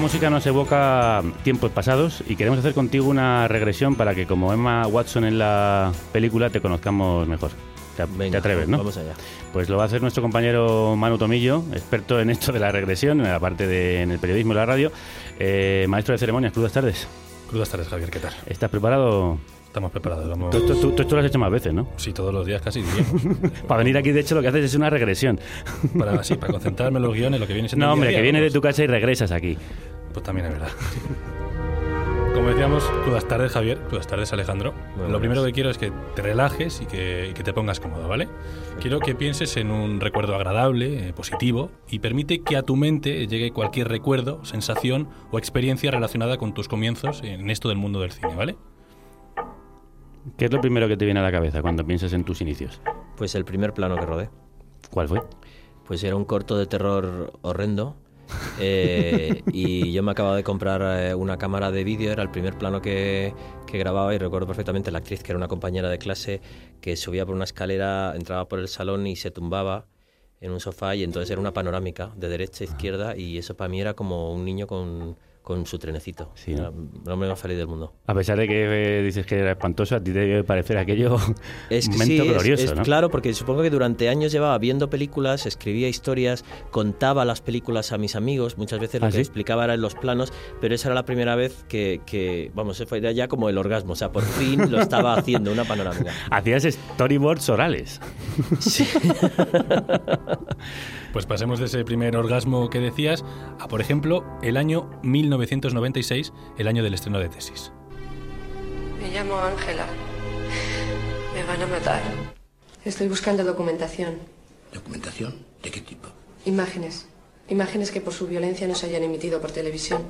Speaker 4: música nos evoca tiempos pasados y queremos hacer contigo una regresión para que, como Emma Watson en la película, te conozcamos mejor. Te, Venga, te atreves, ¿no?
Speaker 9: Vamos allá.
Speaker 4: Pues lo va a hacer nuestro compañero Manu Tomillo, experto en esto de la regresión, en la parte de en el periodismo y la radio. Eh, maestro de ceremonias, crudas tardes.
Speaker 12: Crudas tardes, Javier, ¿qué tal?
Speaker 4: ¿Estás preparado?
Speaker 12: Estamos preparados. Vamos...
Speaker 4: Tú, tú, tú, tú esto lo has hecho más veces, ¿no?
Speaker 12: Sí, todos los días casi.
Speaker 4: Para venir aquí, de hecho, lo que haces es una regresión.
Speaker 12: Para, sí, para concentrarme en los guiones, lo que viene siendo...
Speaker 4: No, hombre,
Speaker 12: día,
Speaker 4: que vienes
Speaker 12: pues...
Speaker 4: de tu casa y regresas aquí.
Speaker 12: Pues también es verdad. Como decíamos, crudas tardes, Javier, crudas tardes, Alejandro. Muy lo buenas. Primero que quiero es que te relajes y que, y que te pongas cómodo, ¿vale? Quiero que pienses en un recuerdo agradable, eh, positivo, y permite que a tu mente llegue cualquier recuerdo, sensación o experiencia relacionada con tus comienzos en esto del mundo del cine, ¿vale?
Speaker 4: ¿Qué es lo primero que te viene a la cabeza cuando piensas en tus inicios?
Speaker 9: Pues el primer plano que rodé.
Speaker 4: ¿Cuál fue?
Speaker 9: Pues era un corto de terror horrendo. Eh, y yo me acababa de comprar eh, una cámara de vídeo, era el primer plano que, que grababa y recuerdo perfectamente la actriz, que era una compañera de clase, que subía por una escalera, entraba por el salón y se tumbaba en un sofá, y entonces era una panorámica de derecha a izquierda, y eso para mí era como un niño con, con su trenecito.
Speaker 4: Sí,
Speaker 9: era el hombre más feliz del mundo.
Speaker 4: A pesar de que eh, dices que era espantoso, a ti te debe parecer aquello
Speaker 9: es
Speaker 4: un
Speaker 9: que
Speaker 4: momento
Speaker 9: sí,
Speaker 4: glorioso,
Speaker 9: es, es,
Speaker 4: ¿no?
Speaker 9: Claro, porque supongo que durante años llevaba viendo películas, escribía historias, contaba las películas a mis amigos, muchas veces lo
Speaker 4: ¿Ah,
Speaker 9: que
Speaker 4: sí?
Speaker 9: explicaba era en los planos, pero esa era la primera vez que, que vamos, se fue ya como el orgasmo, o sea, por fin lo estaba haciendo, una panorámica.
Speaker 4: Hacías storyboards orales.
Speaker 9: Sí.
Speaker 12: Pues pasemos de ese primer orgasmo que decías a, por ejemplo, el año mil novecientos noventa y seis, el año del estreno de Tesis.
Speaker 13: Me llamo Ángela. Me van a matar. Estoy buscando documentación.
Speaker 14: ¿Documentación? ¿De qué tipo?
Speaker 13: Imágenes. Imágenes que por su violencia no se hayan emitido por televisión.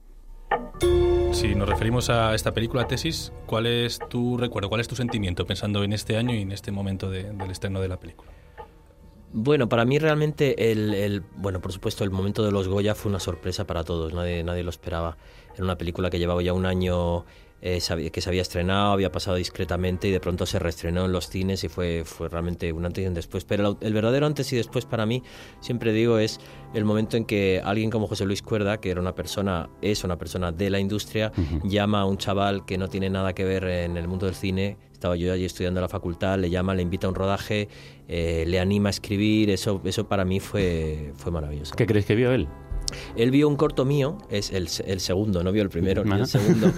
Speaker 12: Si nos referimos a esta película Tesis, ¿cuál es tu recuerdo, cuál es tu sentimiento pensando en este año y en este momento de, del estreno de la película?
Speaker 9: Bueno, para mí realmente el, el bueno, por supuesto, el momento de los Goya fue una sorpresa para todos, nadie, nadie lo esperaba. Era una película que llevaba ya un año eh, que se había estrenado, había pasado discretamente y de pronto se reestrenó en los cines y fue, fue realmente un antes y un después. Pero el, el verdadero antes y después para mí, siempre digo, es el momento en que alguien como José Luis Cuerda, que era una persona, es una persona de la industria, uh-huh. llama a un chaval que no tiene nada que ver en el mundo del cine. Estaba yo allí estudiando en la facultad, le llama, le invita a un rodaje, eh, le anima a escribir, eso, eso para mí fue, fue maravilloso.
Speaker 4: ¿Qué crees que vio él?
Speaker 9: Él vio un corto mío, es el, el segundo, no vio el primero, ni el segundo,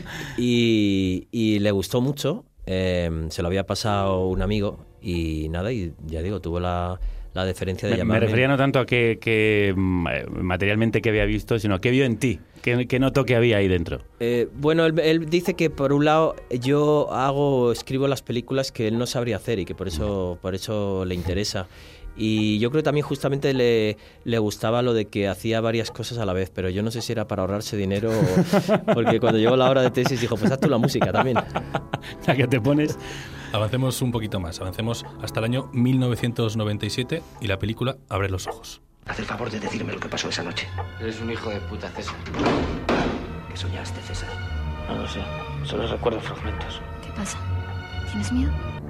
Speaker 9: y, y le gustó mucho, eh, se lo había pasado un amigo y nada, y ya digo, tuvo la... la deferencia de
Speaker 4: me,
Speaker 9: llamarme.
Speaker 4: Me refería no tanto a que, que materialmente que había visto, sino que vio en ti, que, que notó que había ahí dentro.
Speaker 9: Eh, bueno, él, él dice que por un lado yo hago, escribo las películas que él no sabría hacer y que por eso, por eso le interesa. Y yo creo que también justamente le, le gustaba lo de que hacía varias cosas a la vez, pero yo no sé si era para ahorrarse dinero o porque cuando llegó la hora de tesis dijo, pues haz tú la música también.
Speaker 4: ¿A qué te pones?
Speaker 12: Avancemos un poquito más, avancemos hasta el año mil novecientos noventa y siete y la película Abre los ojos.
Speaker 14: Haz el favor de decirme lo que pasó esa noche.
Speaker 15: Eres un hijo de puta, César.
Speaker 14: ¿Qué soñaste, César?
Speaker 15: No lo sé, solo recuerdo fragmentos.
Speaker 8: ¿Qué pasa? ¿Tienes miedo?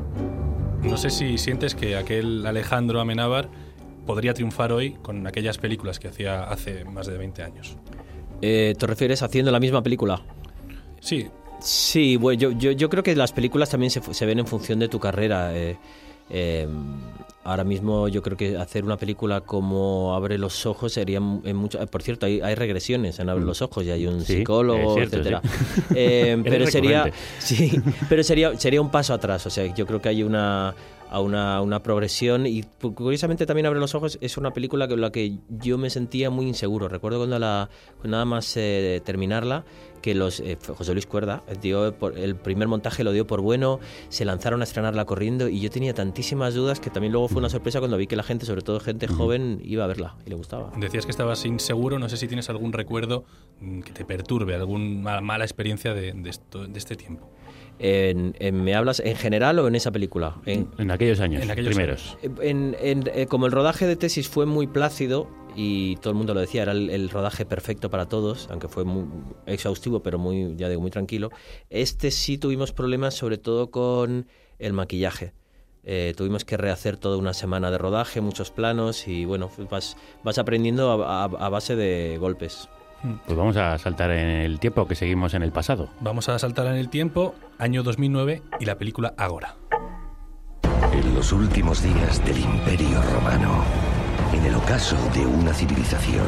Speaker 12: No sé si sientes que aquel Alejandro Amenábar podría triunfar hoy con aquellas películas que hacía hace más de veinte años.
Speaker 9: Eh, ¿Te refieres haciendo la misma película?
Speaker 12: Sí.
Speaker 9: Sí, bueno, yo, yo, yo creo que las películas también se, se ven en función de tu carrera. Eh, eh, ahora mismo yo creo que hacer una película como Abre los ojos sería en mucho. Por cierto, hay, hay regresiones en Abre los ojos y hay un sí, psicólogo, cierto, etcétera. Sí. Eh, pero sería, sí, pero sería, sería un paso atrás. O sea, yo creo que hay una a una, una progresión y curiosamente también Abre los ojos es una película con la que yo me sentía muy inseguro. Recuerdo cuando la cuando nada más eh, terminarla que los eh, José Luis Cuerda dio por, el primer montaje lo dio por bueno, se lanzaron a estrenarla corriendo y yo tenía tantísimas dudas que también luego fue una sorpresa cuando vi que la gente, sobre todo gente joven, iba a verla y le gustaba.
Speaker 12: Decías que estabas inseguro, no sé si tienes algún recuerdo que te perturbe, alguna mala experiencia de, de, esto, de este tiempo.
Speaker 9: En, en, ¿Me hablas en general o en esa película?
Speaker 4: En, en aquellos años,
Speaker 12: en aquellos
Speaker 4: primeros.
Speaker 12: Años.
Speaker 9: En, en, en, como el rodaje de Tesis fue muy plácido y todo el mundo lo decía, era el, el rodaje perfecto para todos, aunque fue muy exhaustivo, pero muy, ya digo, muy tranquilo. Este sí tuvimos problemas, sobre todo con el maquillaje. Eh, tuvimos que rehacer toda una semana de rodaje, muchos planos y bueno, vas, vas aprendiendo a, a, a base de golpes.
Speaker 4: Pues vamos a saltar en el tiempo, que seguimos en el pasado.
Speaker 12: Vamos a saltar en el tiempo, año dos mil nueve y la película Ágora.
Speaker 14: En los últimos días del Imperio Romano, en el ocaso de una civilización,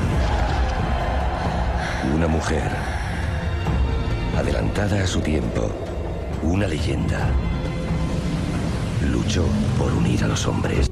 Speaker 14: una mujer, adelantada a su tiempo, una leyenda, luchó por unir a los hombres.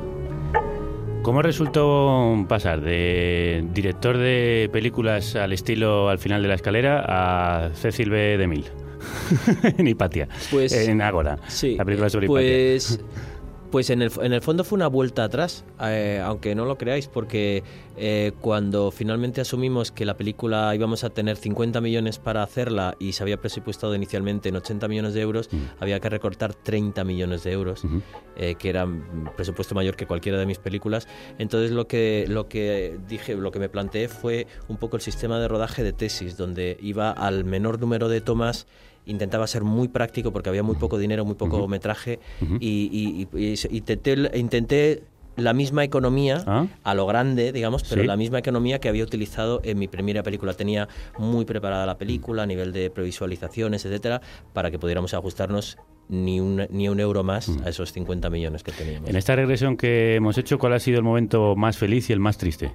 Speaker 4: ¿Cómo resultó pasar de director de películas al estilo Al final de la escalera a Cecil B. DeMille? En Hipatia,
Speaker 9: pues,
Speaker 4: en Ágora,
Speaker 9: sí,
Speaker 4: la película sobre
Speaker 9: pues,
Speaker 4: Hipatia.
Speaker 9: Pues en el, en el fondo fue una vuelta atrás, eh, aunque no lo creáis, porque eh, cuando finalmente asumimos que la película íbamos a tener cincuenta millones para hacerla y se había presupuestado inicialmente en ochenta millones de euros, uh-huh. había que recortar treinta millones de euros, uh-huh. eh, que era un presupuesto mayor que cualquiera de mis películas. Entonces lo que, lo que dije, lo que me planteé fue un poco el sistema de rodaje de tesis, donde iba al menor número de tomas. Intentaba ser muy práctico porque había muy poco dinero, muy poco uh-huh. metraje uh-huh. y, y, y, y intenté, intenté la misma economía ¿Ah? a lo grande, digamos, pero ¿Sí? la misma economía que había utilizado en mi primera película. Tenía muy preparada la película a nivel de previsualizaciones, etcétera, para que pudiéramos ajustarnos ni un, ni un euro más uh-huh. a esos cincuenta millones que teníamos.
Speaker 4: En esta regresión que hemos hecho, ¿cuál ha sido el momento más feliz y el más triste?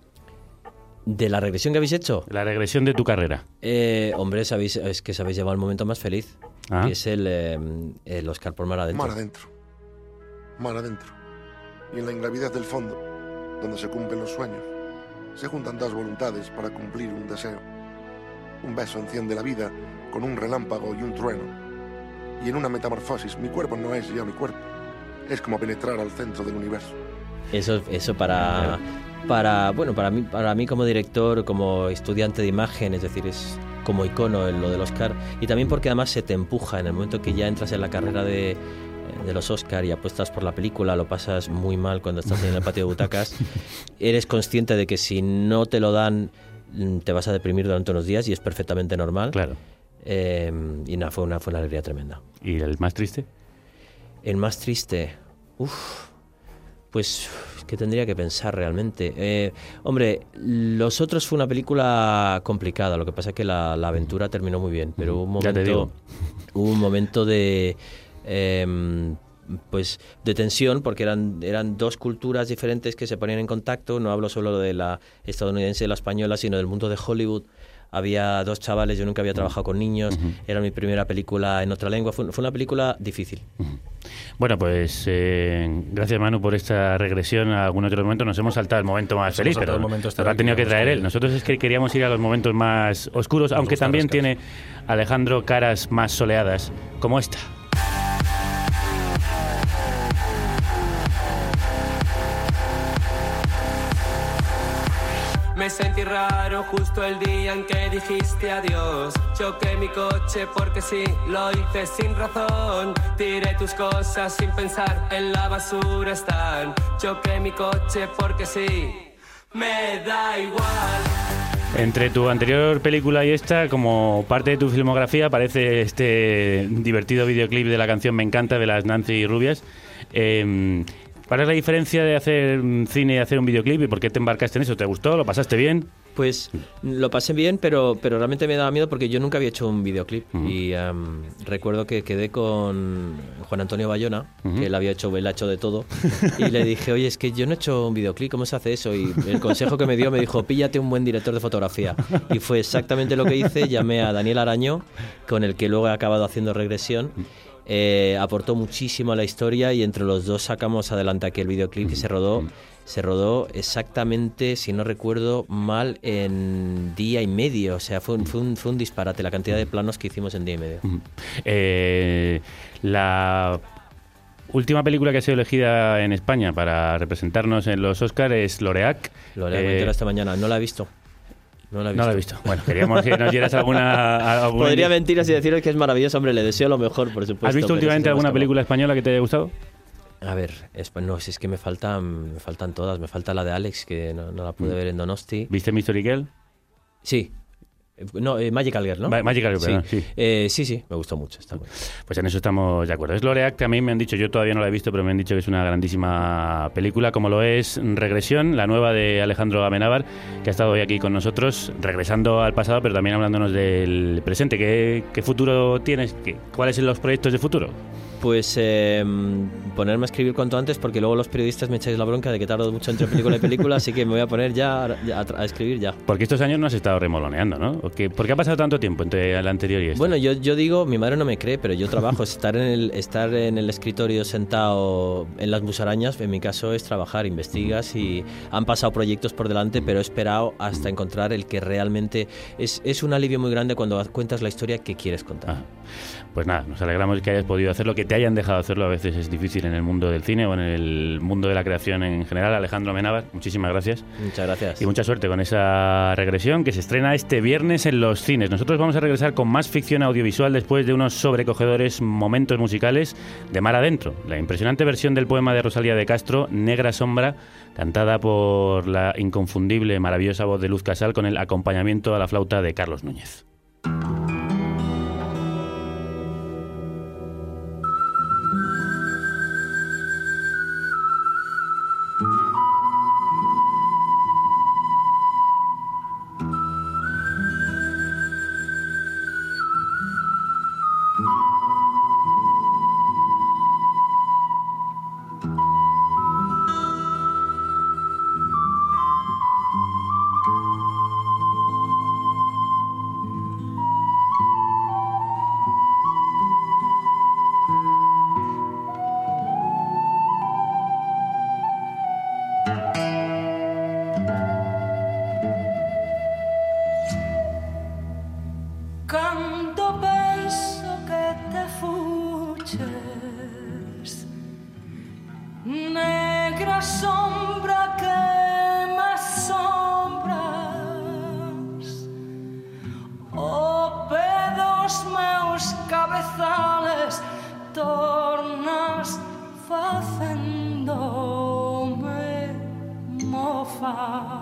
Speaker 9: ¿De la regresión que habéis hecho?
Speaker 4: La regresión de tu carrera.
Speaker 9: Eh, hombre, sabéis, es que sabéis llevar el momento más feliz, ¿Ah? que es el, eh, el Oscar por Mar Adentro.
Speaker 16: Mar Adentro. Mar Adentro. Y en la ingravidez del fondo, donde se cumplen los sueños, se juntan dos voluntades para cumplir un deseo. Un beso enciende la vida con un relámpago y un trueno. Y en una metamorfosis, mi cuerpo no es ya mi cuerpo. Es como penetrar al centro del universo.
Speaker 9: Eso, eso para... Para, bueno, para mí, para mí como director, como estudiante de imagen, es decir, es como icono en lo del Oscar, y también porque además se te empuja en el momento que ya entras en la carrera de, de los Oscar y apuestas por la película, lo pasas muy mal cuando estás en el patio de butacas, eres consciente de que si no te lo dan te vas a deprimir durante unos días y es perfectamente normal.
Speaker 4: Claro.
Speaker 9: Eh, y nada, fue una, fue una alegría tremenda.
Speaker 4: ¿Y el más triste?
Speaker 9: El más triste, uff, pues que tendría que pensar realmente. Eh, hombre, Los Otros fue una película complicada, lo que pasa es que la, la aventura terminó muy bien, pero hubo un momento,
Speaker 4: ya te digo.
Speaker 9: Hubo un momento de... Eh, pues de tensión, porque eran, eran dos culturas diferentes que se ponían en contacto. No hablo solo de la estadounidense y la española, sino del mundo de Hollywood. Había dos chavales, yo nunca había trabajado con niños, uh-huh. era mi primera película en otra lengua, fue, fue una película difícil.
Speaker 4: Uh-huh. Bueno, pues eh, gracias Manu por esta regresión a algún otro momento. Nos hemos saltado el momento más Nos feliz, pero lo ha tenido que traer él. Nosotros es que queríamos ir a los momentos más oscuros, Nos aunque también tiene Alejandro caras más soleadas, como esta.
Speaker 5: Me sentí raro justo el día en que dijiste adiós. Choqué mi coche porque sí, lo hice sin razón. Tiré tus cosas sin pensar, en la basura están. Choqué mi coche porque sí, me da igual.
Speaker 4: Entre tu anterior película y esta, como parte de tu filmografía, aparece este divertido videoclip de la canción Me Encanta de las Nancy Rubias. Eh, ¿Cuál es la diferencia de hacer cine y hacer un videoclip y por qué te embarcaste en eso? ¿Te gustó? ¿Lo pasaste bien?
Speaker 9: Pues lo pasé bien, pero, pero realmente me daba miedo porque yo nunca había hecho un videoclip. Uh-huh. Y um, recuerdo que quedé con Juan Antonio Bayona, uh-huh. que él había hecho, él ha hecho de todo, y le dije, oye, es que yo no he hecho un videoclip, ¿cómo se hace eso? Y el consejo que me dio me dijo, píllate un buen director de fotografía. Y fue exactamente lo que hice, llamé a Daniel Arañó, con el que luego he acabado haciendo Regresión. Eh, aportó muchísimo a la historia y entre los dos sacamos adelante aquel videoclip que se rodó se rodó exactamente, si no recuerdo mal, en día y medio. O sea, fue un, fue un, fue un disparate la cantidad de planos que hicimos en día y medio.
Speaker 4: Eh, la última película que ha sido elegida en España para representarnos en los Oscars es Loreac.
Speaker 9: Loreac, me entero esta mañana, no la he visto. No la he visto.
Speaker 4: No la he visto. Bueno, queríamos que nos dieras alguna... alguna...
Speaker 9: Podría mentiras y deciros que es maravilloso, hombre, le deseo lo mejor, por supuesto.
Speaker 4: ¿Has visto últimamente alguna película española que te haya gustado?
Speaker 9: A ver, es, no, si es que me faltan, me faltan todas. Me falta la de Alex, que no, no la pude mm. ver en Donosti.
Speaker 4: ¿Viste Mystery Girl?
Speaker 9: Sí. No, eh, Magical Girl, ¿no?
Speaker 4: Ma- Magical Girl,
Speaker 9: sí.
Speaker 4: perdón, sí.
Speaker 9: Eh, sí, sí, me gustó mucho. Está bueno.
Speaker 4: Pues en eso estamos de acuerdo. Es Lore Act, a mí me han dicho, yo todavía no la he visto, pero me han dicho que es una grandísima película, como lo es Regresión, la nueva de Alejandro Amenábar, que ha estado hoy aquí con nosotros, regresando al pasado, pero también hablándonos del presente. ¿Qué, qué futuro tienes? ¿Qué, ¿Cuáles son los proyectos de futuro?
Speaker 9: Pues eh, ponerme a escribir cuanto antes, porque luego los periodistas me echáis la bronca de que tardo mucho entre película y película, así que me voy a poner ya a, a, a escribir ya.
Speaker 4: Porque estos años no has estado remoloneando, ¿no? ¿O qué, ¿Por qué ha pasado tanto tiempo entre el anterior y este?
Speaker 9: Bueno, yo, yo digo, mi madre no me cree, pero yo trabajo. estar, en el, estar en el escritorio sentado en las musarañas, en mi caso, es trabajar, investigas y han pasado proyectos por delante, pero he esperado hasta encontrar el que realmente es, es un alivio muy grande cuando cuentas la historia que quieres contar.
Speaker 4: Ah, pues nada, nos alegramos que hayas podido hacerlo, que te hayan dejado hacerlo. A veces es difícil en el mundo del cine o en el mundo de la creación en general. Alejandro Amenábar, muchísimas gracias.
Speaker 9: Muchas gracias.
Speaker 4: Y mucha suerte con esa Regresión que se estrena este viernes en los cines. Nosotros vamos a regresar con más ficción audiovisual después de unos sobrecogedores momentos musicales de Mar Adentro. La impresionante versión del poema de Rosalía de Castro, Negra Sombra, cantada por la inconfundible, maravillosa voz de Luz Casal con el acompañamiento a la flauta de Carlos Núñez.
Speaker 5: Canto penso que te fuches, negra sombra que me sombras, o pedos meus cabezales tornas facendome mofa.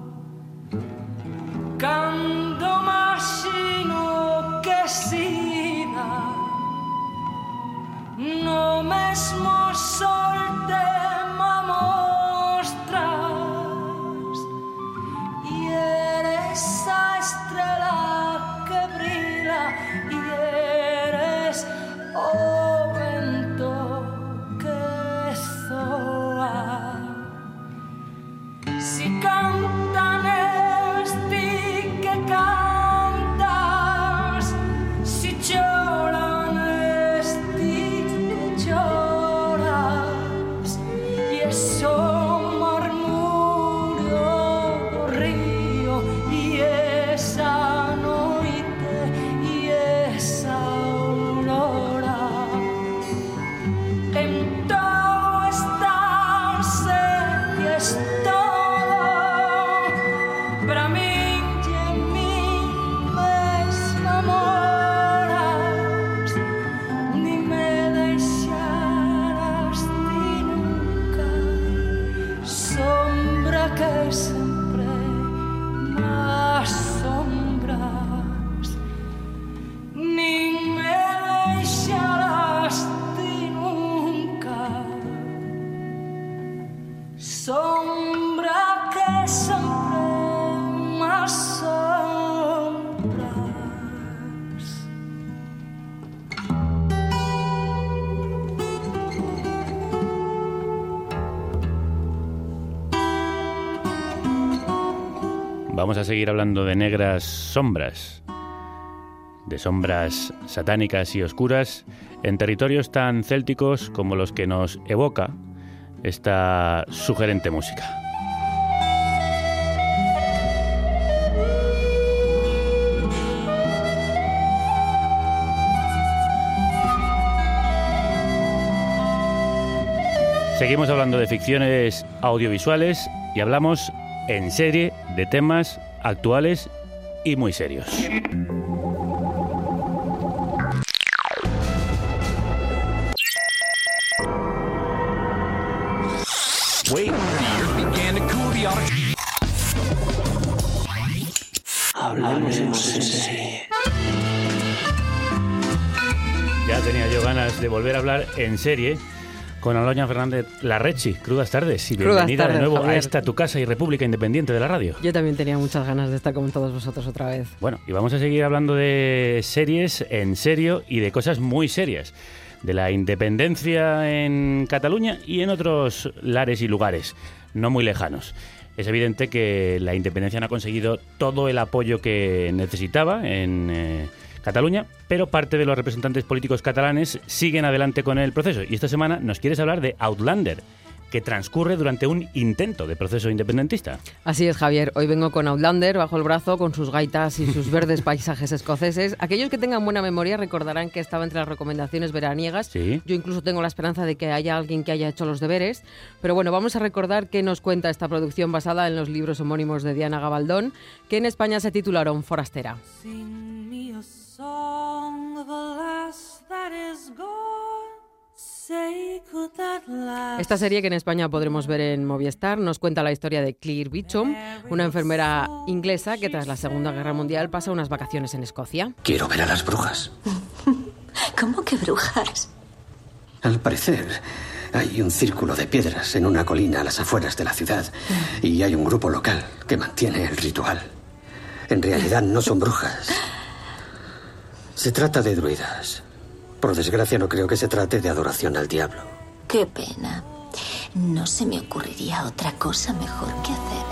Speaker 5: Cando maxino que sida no mesmo sol te mostras e eres a estrela que brila e eres o vento que soa. Si cantan cantas, si lloran es ti que lloras, y eso murmurio do río, y esa noite, y esa aurora. En todo estarse y es todo para mí. Que siempre más sombras, ni me deixarás ti nunca, sombra que siempre más sombras.
Speaker 4: Vamos a seguir hablando de negras sombras, de sombras satánicas y oscuras, en territorios tan célticos como los que nos evoca esta sugerente música. Seguimos hablando de ficciones audiovisuales y hablamos en serie de temas actuales y muy serios.
Speaker 5: Hablemos en serie.
Speaker 4: Ya tenía yo ganas de volver a hablar en serie con Aloña Fernández Larrechi. Crudas tardes y
Speaker 17: Crudas
Speaker 4: bienvenida
Speaker 17: tardes,
Speaker 4: de nuevo
Speaker 17: Javier.
Speaker 4: a esta tu casa y República Independiente de la radio.
Speaker 17: Yo también tenía muchas ganas de estar con todos vosotros otra vez.
Speaker 4: Bueno, y vamos a seguir hablando de series en serio y de cosas muy serias. De la independencia en Cataluña y en otros lares y lugares no muy lejanos. Es evidente que la independencia no ha conseguido todo el apoyo que necesitaba en eh, Cataluña, pero parte de los representantes políticos catalanes siguen adelante con el proceso. Y esta semana nos quieres hablar de Outlander, que transcurre durante un intento de proceso independentista.
Speaker 17: Así es, Javier. Hoy vengo con Outlander bajo el brazo, con sus gaitas y sus verdes paisajes escoceses. Aquellos que tengan buena memoria recordarán que estaba entre las recomendaciones veraniegas.
Speaker 4: Sí.
Speaker 17: Yo incluso tengo la esperanza de que haya alguien que haya hecho los deberes. Pero bueno, vamos a recordar qué nos cuenta esta producción basada en los libros homónimos de Diana Gabaldón, que en España se titularon Forastera.
Speaker 5: Sing me a song of a lass that is gone. Say could that lass.
Speaker 17: Esta serie, que en España podremos ver en Movistar, nos cuenta la historia de Claire Beecham, una enfermera inglesa que tras la Segunda Guerra Mundial pasa unas vacaciones en Escocia.
Speaker 18: Quiero ver a las brujas.
Speaker 19: ¿Cómo que brujas?
Speaker 18: Al parecer, hay un círculo de piedras en una colina a las afueras de la ciudad y hay un grupo local que mantiene el ritual. En realidad no son brujas. Se trata de druidas. Por desgracia, no creo que se trate de adoración al diablo.
Speaker 19: Qué pena. No se me ocurriría otra cosa mejor que hacer.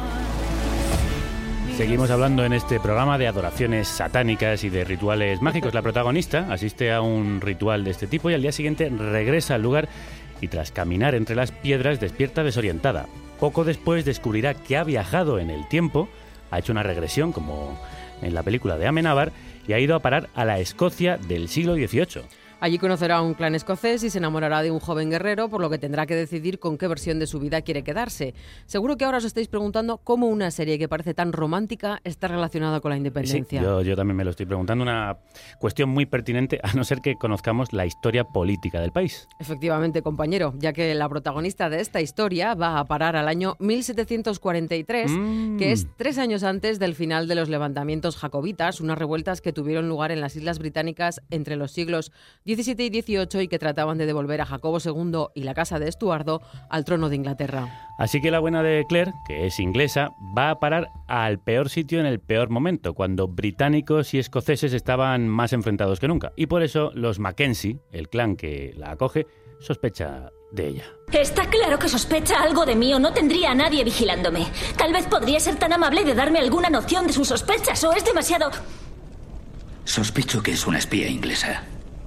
Speaker 4: Seguimos hablando en este programa de adoraciones satánicas y de rituales mágicos. La protagonista asiste a un ritual de este tipo y al día siguiente regresa al lugar y tras caminar entre las piedras despierta desorientada. Poco después descubrirá que ha viajado en el tiempo, ha hecho una regresión como en la película de Amenábar y ha ido a parar a la Escocia del siglo dieciocho.
Speaker 17: Allí conocerá a un clan escocés y se enamorará de un joven guerrero, por lo que tendrá que decidir con qué versión de su vida quiere quedarse. Seguro que ahora os estáis preguntando cómo una serie que parece tan romántica está relacionada con la independencia.
Speaker 4: Sí, yo, yo también me lo estoy preguntando. Una cuestión muy pertinente, a no ser que conozcamos la historia política del país.
Speaker 17: Efectivamente, compañero, ya que la protagonista de esta historia va a parar al año mil setecientos cuarenta y tres, mm. que es tres años antes del final de los levantamientos jacobitas, unas revueltas que tuvieron lugar en las Islas Británicas entre los siglos diecisiete y dieciocho y que trataban de devolver a Jacobo segundo y la Casa de Estuardo al trono de Inglaterra.
Speaker 4: Así que la buena de Claire, que es inglesa, va a parar al peor sitio en el peor momento, cuando británicos y escoceses estaban más enfrentados que nunca. Y por eso los Mackenzie, el clan que la acoge, sospecha de ella.
Speaker 20: Está claro que sospecha algo de mí o no tendría a nadie vigilándome. Tal vez podría ser tan amable de darme alguna noción de sus sospechas o es demasiado...
Speaker 18: Sospecho que es una espía inglesa.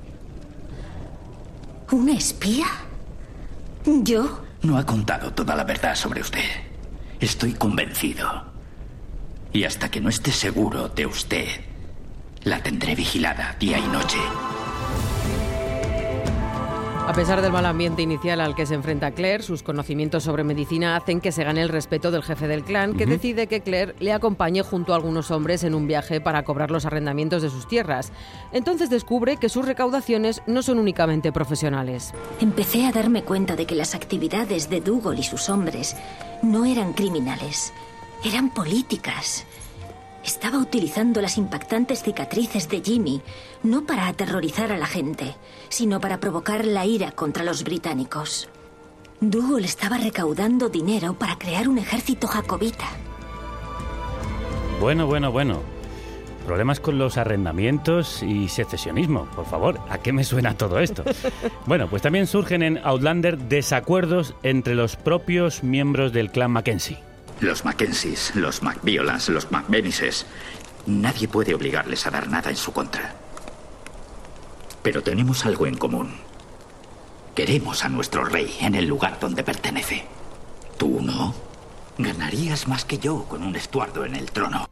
Speaker 20: ¿Una espía? ¿Yo?
Speaker 18: No ha contado toda la verdad sobre usted. Estoy convencido. Y hasta que no esté seguro de usted, la tendré vigilada día y noche.
Speaker 17: A pesar del mal ambiente inicial al que se enfrenta Claire, sus conocimientos sobre medicina hacen que se gane el respeto del jefe del clan, que uh-huh. decide que Claire le acompañe junto a algunos hombres en un viaje para cobrar los arrendamientos de sus tierras. Entonces descubre que sus recaudaciones no son únicamente profesionales.
Speaker 20: Empecé a darme cuenta de que las actividades de Dougal y sus hombres no eran criminales, eran políticas. Estaba utilizando las impactantes cicatrices de Jimmy no para aterrorizar a la gente, sino para provocar la ira contra los británicos. Dougal estaba recaudando dinero para crear un ejército jacobita.
Speaker 4: Bueno, bueno, bueno. Problemas con los arrendamientos y secesionismo. Por favor, ¿a qué me suena todo esto? Bueno, pues también surgen en Outlander desacuerdos entre los propios miembros del clan Mackenzie.
Speaker 18: Los Mackenzies, los MacViolans, los MacBenises. Nadie puede obligarles a dar nada en su contra. Pero tenemos algo en común. Queremos a nuestro rey en el lugar donde pertenece. Tú no. Ganarías más que yo con un Estuardo en el trono.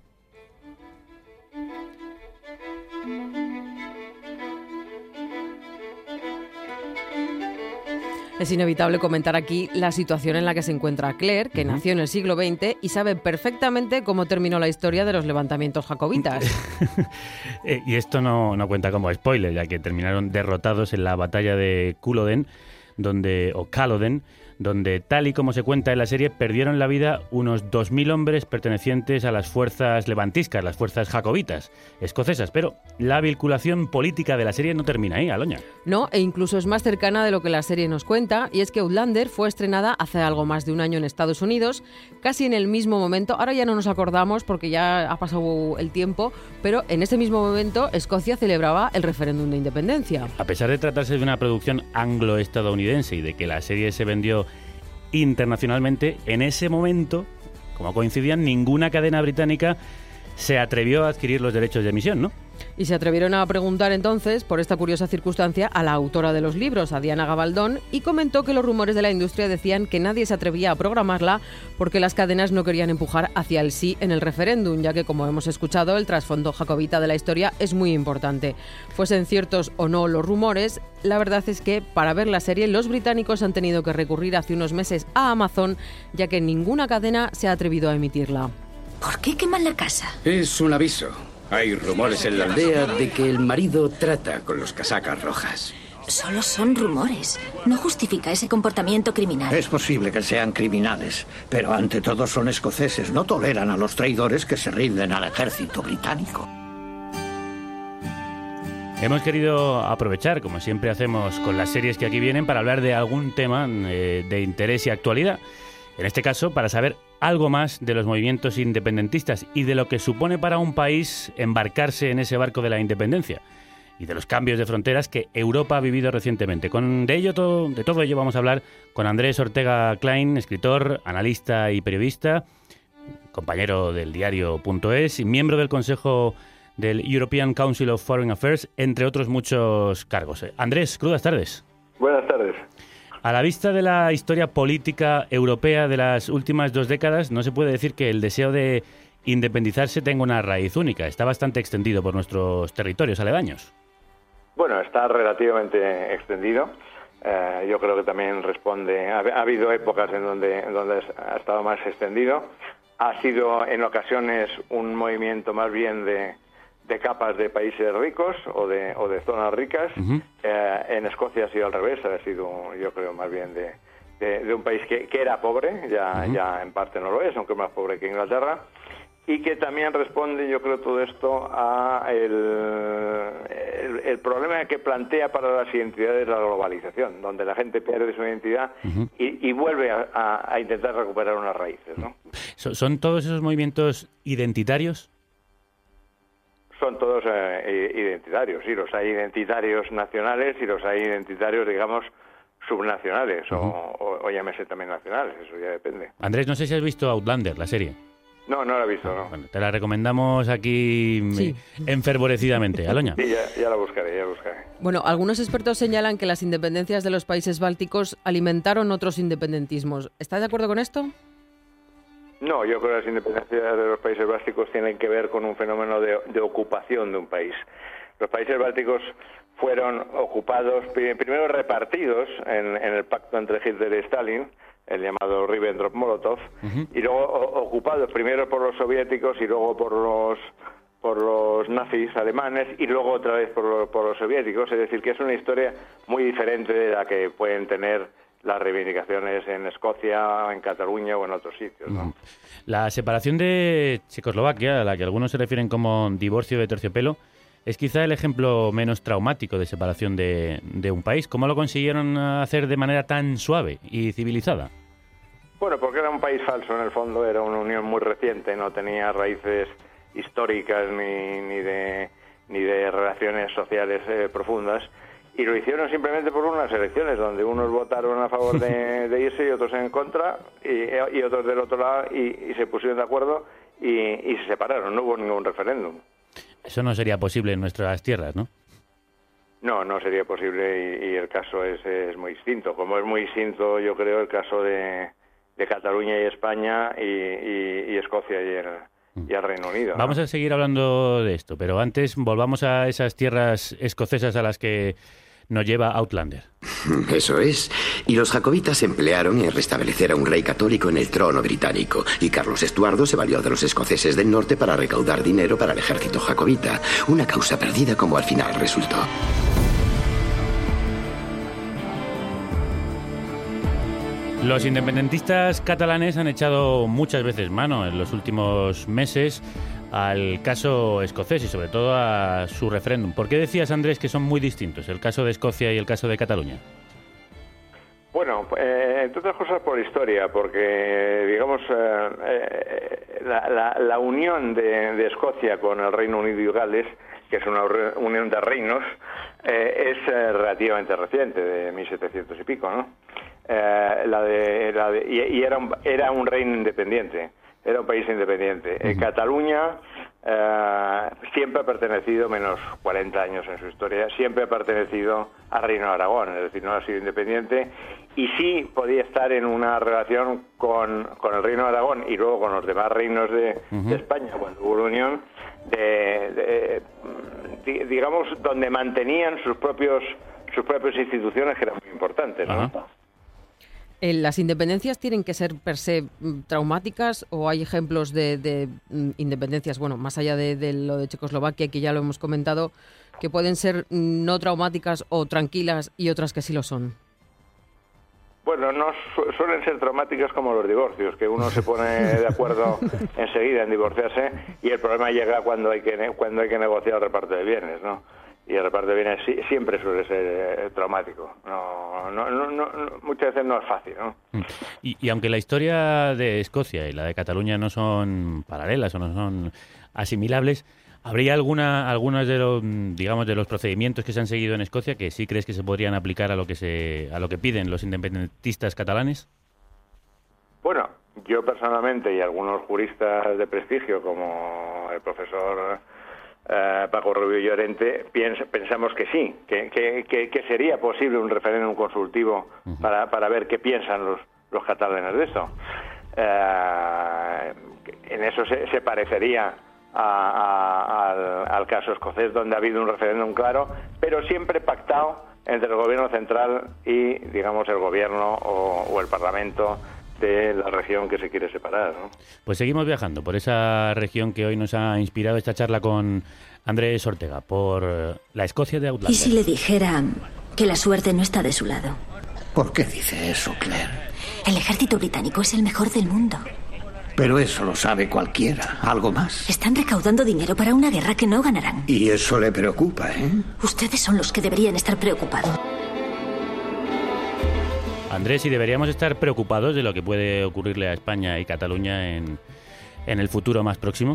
Speaker 17: Es inevitable comentar aquí la situación en la que se encuentra Claire, que uh-huh. nació en el siglo veinte y sabe perfectamente cómo terminó la historia de los levantamientos jacobitas.
Speaker 4: Y esto no, no cuenta como spoiler, ya que terminaron derrotados en la batalla de Culloden, donde, o Culloden, donde, tal y como se cuenta en la serie, perdieron la vida unos dos mil hombres pertenecientes a las fuerzas levantiscas, las fuerzas jacobitas, escocesas. Pero la vinculación política de la serie no termina ahí, Aloña.
Speaker 17: No, e incluso es más cercana de lo que la serie nos cuenta, y es que Outlander fue estrenada hace algo más de un año en Estados Unidos, casi en el mismo momento, ahora ya no nos acordamos porque ya ha pasado el tiempo, pero en ese mismo momento Escocia celebraba el referéndum de independencia.
Speaker 4: A pesar de tratarse de una producción anglo-estadounidense y de que la serie se vendió internacionalmente, en ese momento, como coincidían, ninguna cadena británica se atrevió a adquirir los derechos de emisión, ¿no?
Speaker 17: Y se atrevieron a preguntar entonces por esta curiosa circunstancia a la autora de los libros, a Diana Gabaldón, y comentó que los rumores de la industria decían que nadie se atrevía a programarla porque las cadenas no querían empujar hacia el sí en el referéndum, ya que, como hemos escuchado, el trasfondo jacobita de la historia es muy importante. Fuesen ciertos o no los rumores, la verdad es que para ver la serie los británicos han tenido que recurrir hace unos meses a Amazon, ya que ninguna cadena se ha atrevido a emitirla.
Speaker 20: ¿Por qué queman la casa?
Speaker 21: Es un aviso. Hay rumores en la aldea de que el marido trata con los casacas rojas.
Speaker 20: Solo son rumores. No justifica ese comportamiento criminal.
Speaker 10: Es posible que sean criminales, pero ante todo son escoceses. No toleran a los traidores que se rinden al ejército británico.
Speaker 4: Hemos querido aprovechar, como siempre hacemos con las series que aquí vienen, para hablar de algún tema eh, de interés y actualidad. En este caso, para saber algo más de los movimientos independentistas y de lo que supone para un país embarcarse en ese barco de la independencia y de los cambios de fronteras que Europa ha vivido recientemente. Con de ello todo, de todo ello vamos a hablar con Andrés Ortega Klein, escritor, analista y periodista, compañero del diario punto es y miembro del Consejo del European Council of Foreign Affairs, entre otros muchos cargos. Andrés, crudas tardes.
Speaker 22: Buenas tardes.
Speaker 4: A la vista de la historia política europea de las últimas dos décadas, no se puede decir que el deseo de independizarse tenga una raíz única. Está bastante extendido por nuestros territorios aledaños.
Speaker 22: Bueno, está relativamente extendido. Eh, yo creo que también responde... Ha, ha habido épocas en donde, en donde ha estado más extendido. Ha sido en ocasiones un movimiento más bien de... de capas de países ricos o de, o de zonas ricas. Uh-huh. Eh, en Escocia ha sido al revés, ha sido, yo creo, más bien de, de, de un país que, que era pobre, ya, uh-huh. ya en parte no lo es, aunque es más pobre que Inglaterra, y que también responde, yo creo, todo esto a el, el, el problema que plantea para las identidades la globalización, donde la gente pierde su identidad uh-huh. y, y vuelve a, a, a intentar recuperar unas raíces, ¿no?
Speaker 4: ¿Son todos esos movimientos identitarios?
Speaker 22: Son todos eh, identitarios, sí, los hay identitarios nacionales y los hay identitarios, digamos, subnacionales, uh-huh. o, o, o llámese también nacionales, eso ya depende.
Speaker 4: Andrés, no sé si has visto Outlander, la serie.
Speaker 22: No, no la he visto, no.
Speaker 4: Bueno, te la recomendamos aquí sí. enfervorecidamente. Aloña.
Speaker 22: Sí, ya, ya la buscaré, ya la buscaré.
Speaker 17: Bueno, algunos expertos señalan que las independencias de los países bálticos alimentaron otros independentismos. ¿Estás de acuerdo con esto?
Speaker 22: No, yo creo que las independencias de los países bálticos tienen que ver con un fenómeno de, de ocupación de un país. Los países bálticos fueron ocupados, primero repartidos en, en el pacto entre Hitler y Stalin, el llamado Ribbentrop-Molotov, uh-huh. y luego o, ocupados primero por los soviéticos y luego por los por los nazis alemanes y luego otra vez por, lo, por los soviéticos. Es decir, que es una historia muy diferente de la que pueden tener las reivindicaciones en Escocia, en Cataluña o en otros sitios, ¿no?
Speaker 4: La separación de Checoslovaquia, a la que algunos se refieren como divorcio de terciopelo, es quizá el ejemplo menos traumático de separación de, de un país. ¿Cómo lo consiguieron hacer de manera tan suave y civilizada?
Speaker 22: Bueno, porque era un país falso, en el fondo era una unión muy reciente, no tenía raíces históricas ni, ni, de, ni de relaciones sociales eh, profundas. Y lo hicieron simplemente por unas elecciones donde unos votaron a favor de, de irse y otros en contra y, y otros del otro lado y, y se pusieron de acuerdo y, y se separaron, no hubo ningún referéndum.
Speaker 4: Eso no sería posible en nuestras tierras, ¿no?
Speaker 22: No, no sería posible y, y el caso es, es muy distinto, como es muy distinto yo creo el caso de, de Cataluña y España y, y, y Escocia y el, y el Reino Unido, ¿no?
Speaker 4: Vamos a seguir hablando de esto, pero antes volvamos a esas tierras escocesas a las que nos lleva Outlander.
Speaker 14: Eso es. Y los jacobitas emplearon en restablecer a un rey católico en el trono británico. Y Carlos Estuardo se valió de los escoceses del norte para recaudar dinero para el ejército jacobita. Una causa perdida como al final resultó.
Speaker 4: Los independentistas catalanes han echado muchas veces mano en los últimos meses al caso escocés y sobre todo a su referéndum. ¿Por qué decías, Andrés, que son muy distintos el caso de Escocia y el caso de Cataluña?
Speaker 22: Bueno, eh, entre otras cosas por historia, porque, digamos, eh, eh, la, la, la unión de, de Escocia con el Reino Unido y Gales, que es una re, unión de reinos, eh, es eh, relativamente reciente, de mil setecientos y pico, ¿no? Eh, la de, la de, y, y era, un, era un reino independiente, era un país independiente. Uh-huh. Eh, Cataluña eh, siempre ha pertenecido, menos cuarenta años en su historia, siempre ha pertenecido al Reino de Aragón, es decir, no ha sido independiente, y sí podía estar en una relación con, con el Reino de Aragón y luego con los demás reinos de, uh-huh. de España, cuando hubo la unión, de, de, digamos, donde mantenían sus propios sus propias instituciones, que eran muy importantes, ¿no? Uh-huh.
Speaker 17: ¿Las independencias tienen que ser per se traumáticas o hay ejemplos de, de independencias, bueno, más allá de, de lo de Checoslovaquia, que ya lo hemos comentado, que pueden ser no traumáticas o tranquilas y otras que sí lo son?
Speaker 22: Bueno, no su- suelen ser traumáticas como los divorcios, que uno se pone de acuerdo enseguida en divorciarse y el problema llega cuando hay que ne- cuando hay que negociar el reparto de bienes, ¿no? Y el reparto de bienes sí, siempre suele ser eh, traumático. No, no, no, no, muchas veces no es fácil, ¿no?
Speaker 4: Y, y aunque la historia de Escocia y la de Cataluña no son paralelas o no son asimilables, ¿habría alguna algunos de los, digamos, de los procedimientos que se han seguido en Escocia que sí crees que se podrían aplicar a lo que se a lo que piden los independentistas catalanes?
Speaker 22: Bueno, yo personalmente y algunos juristas de prestigio como el profesor Uh, Paco Rubio Llorente, piensa, pensamos que sí, que, que, que, que sería posible un referéndum consultivo uh-huh. para, para ver qué piensan los, los catalanes de esto. Uh, en eso se, se parecería a, a, al, al caso escocés, donde ha habido un referéndum claro, pero siempre pactado entre el gobierno central y, digamos, el gobierno o, o el Parlamento de la región que se quiere separar, ¿no?
Speaker 4: Pues seguimos viajando por esa región que hoy nos ha inspirado esta charla con Andrés Ortega, por la Escocia de Outlander.
Speaker 20: ¿Y si le dijera que la suerte no está de su lado?
Speaker 1: ¿Por qué dice eso, Claire?
Speaker 20: El ejército británico es el mejor del mundo.
Speaker 1: Pero eso lo sabe cualquiera. ¿Algo más?
Speaker 20: Están recaudando dinero para una guerra que no ganarán.
Speaker 1: Y eso le preocupa, ¿eh?
Speaker 20: Ustedes son los que deberían estar preocupados.
Speaker 4: Andrés, ¿y deberíamos estar preocupados de lo que puede ocurrirle a España y Cataluña en, en el futuro más próximo?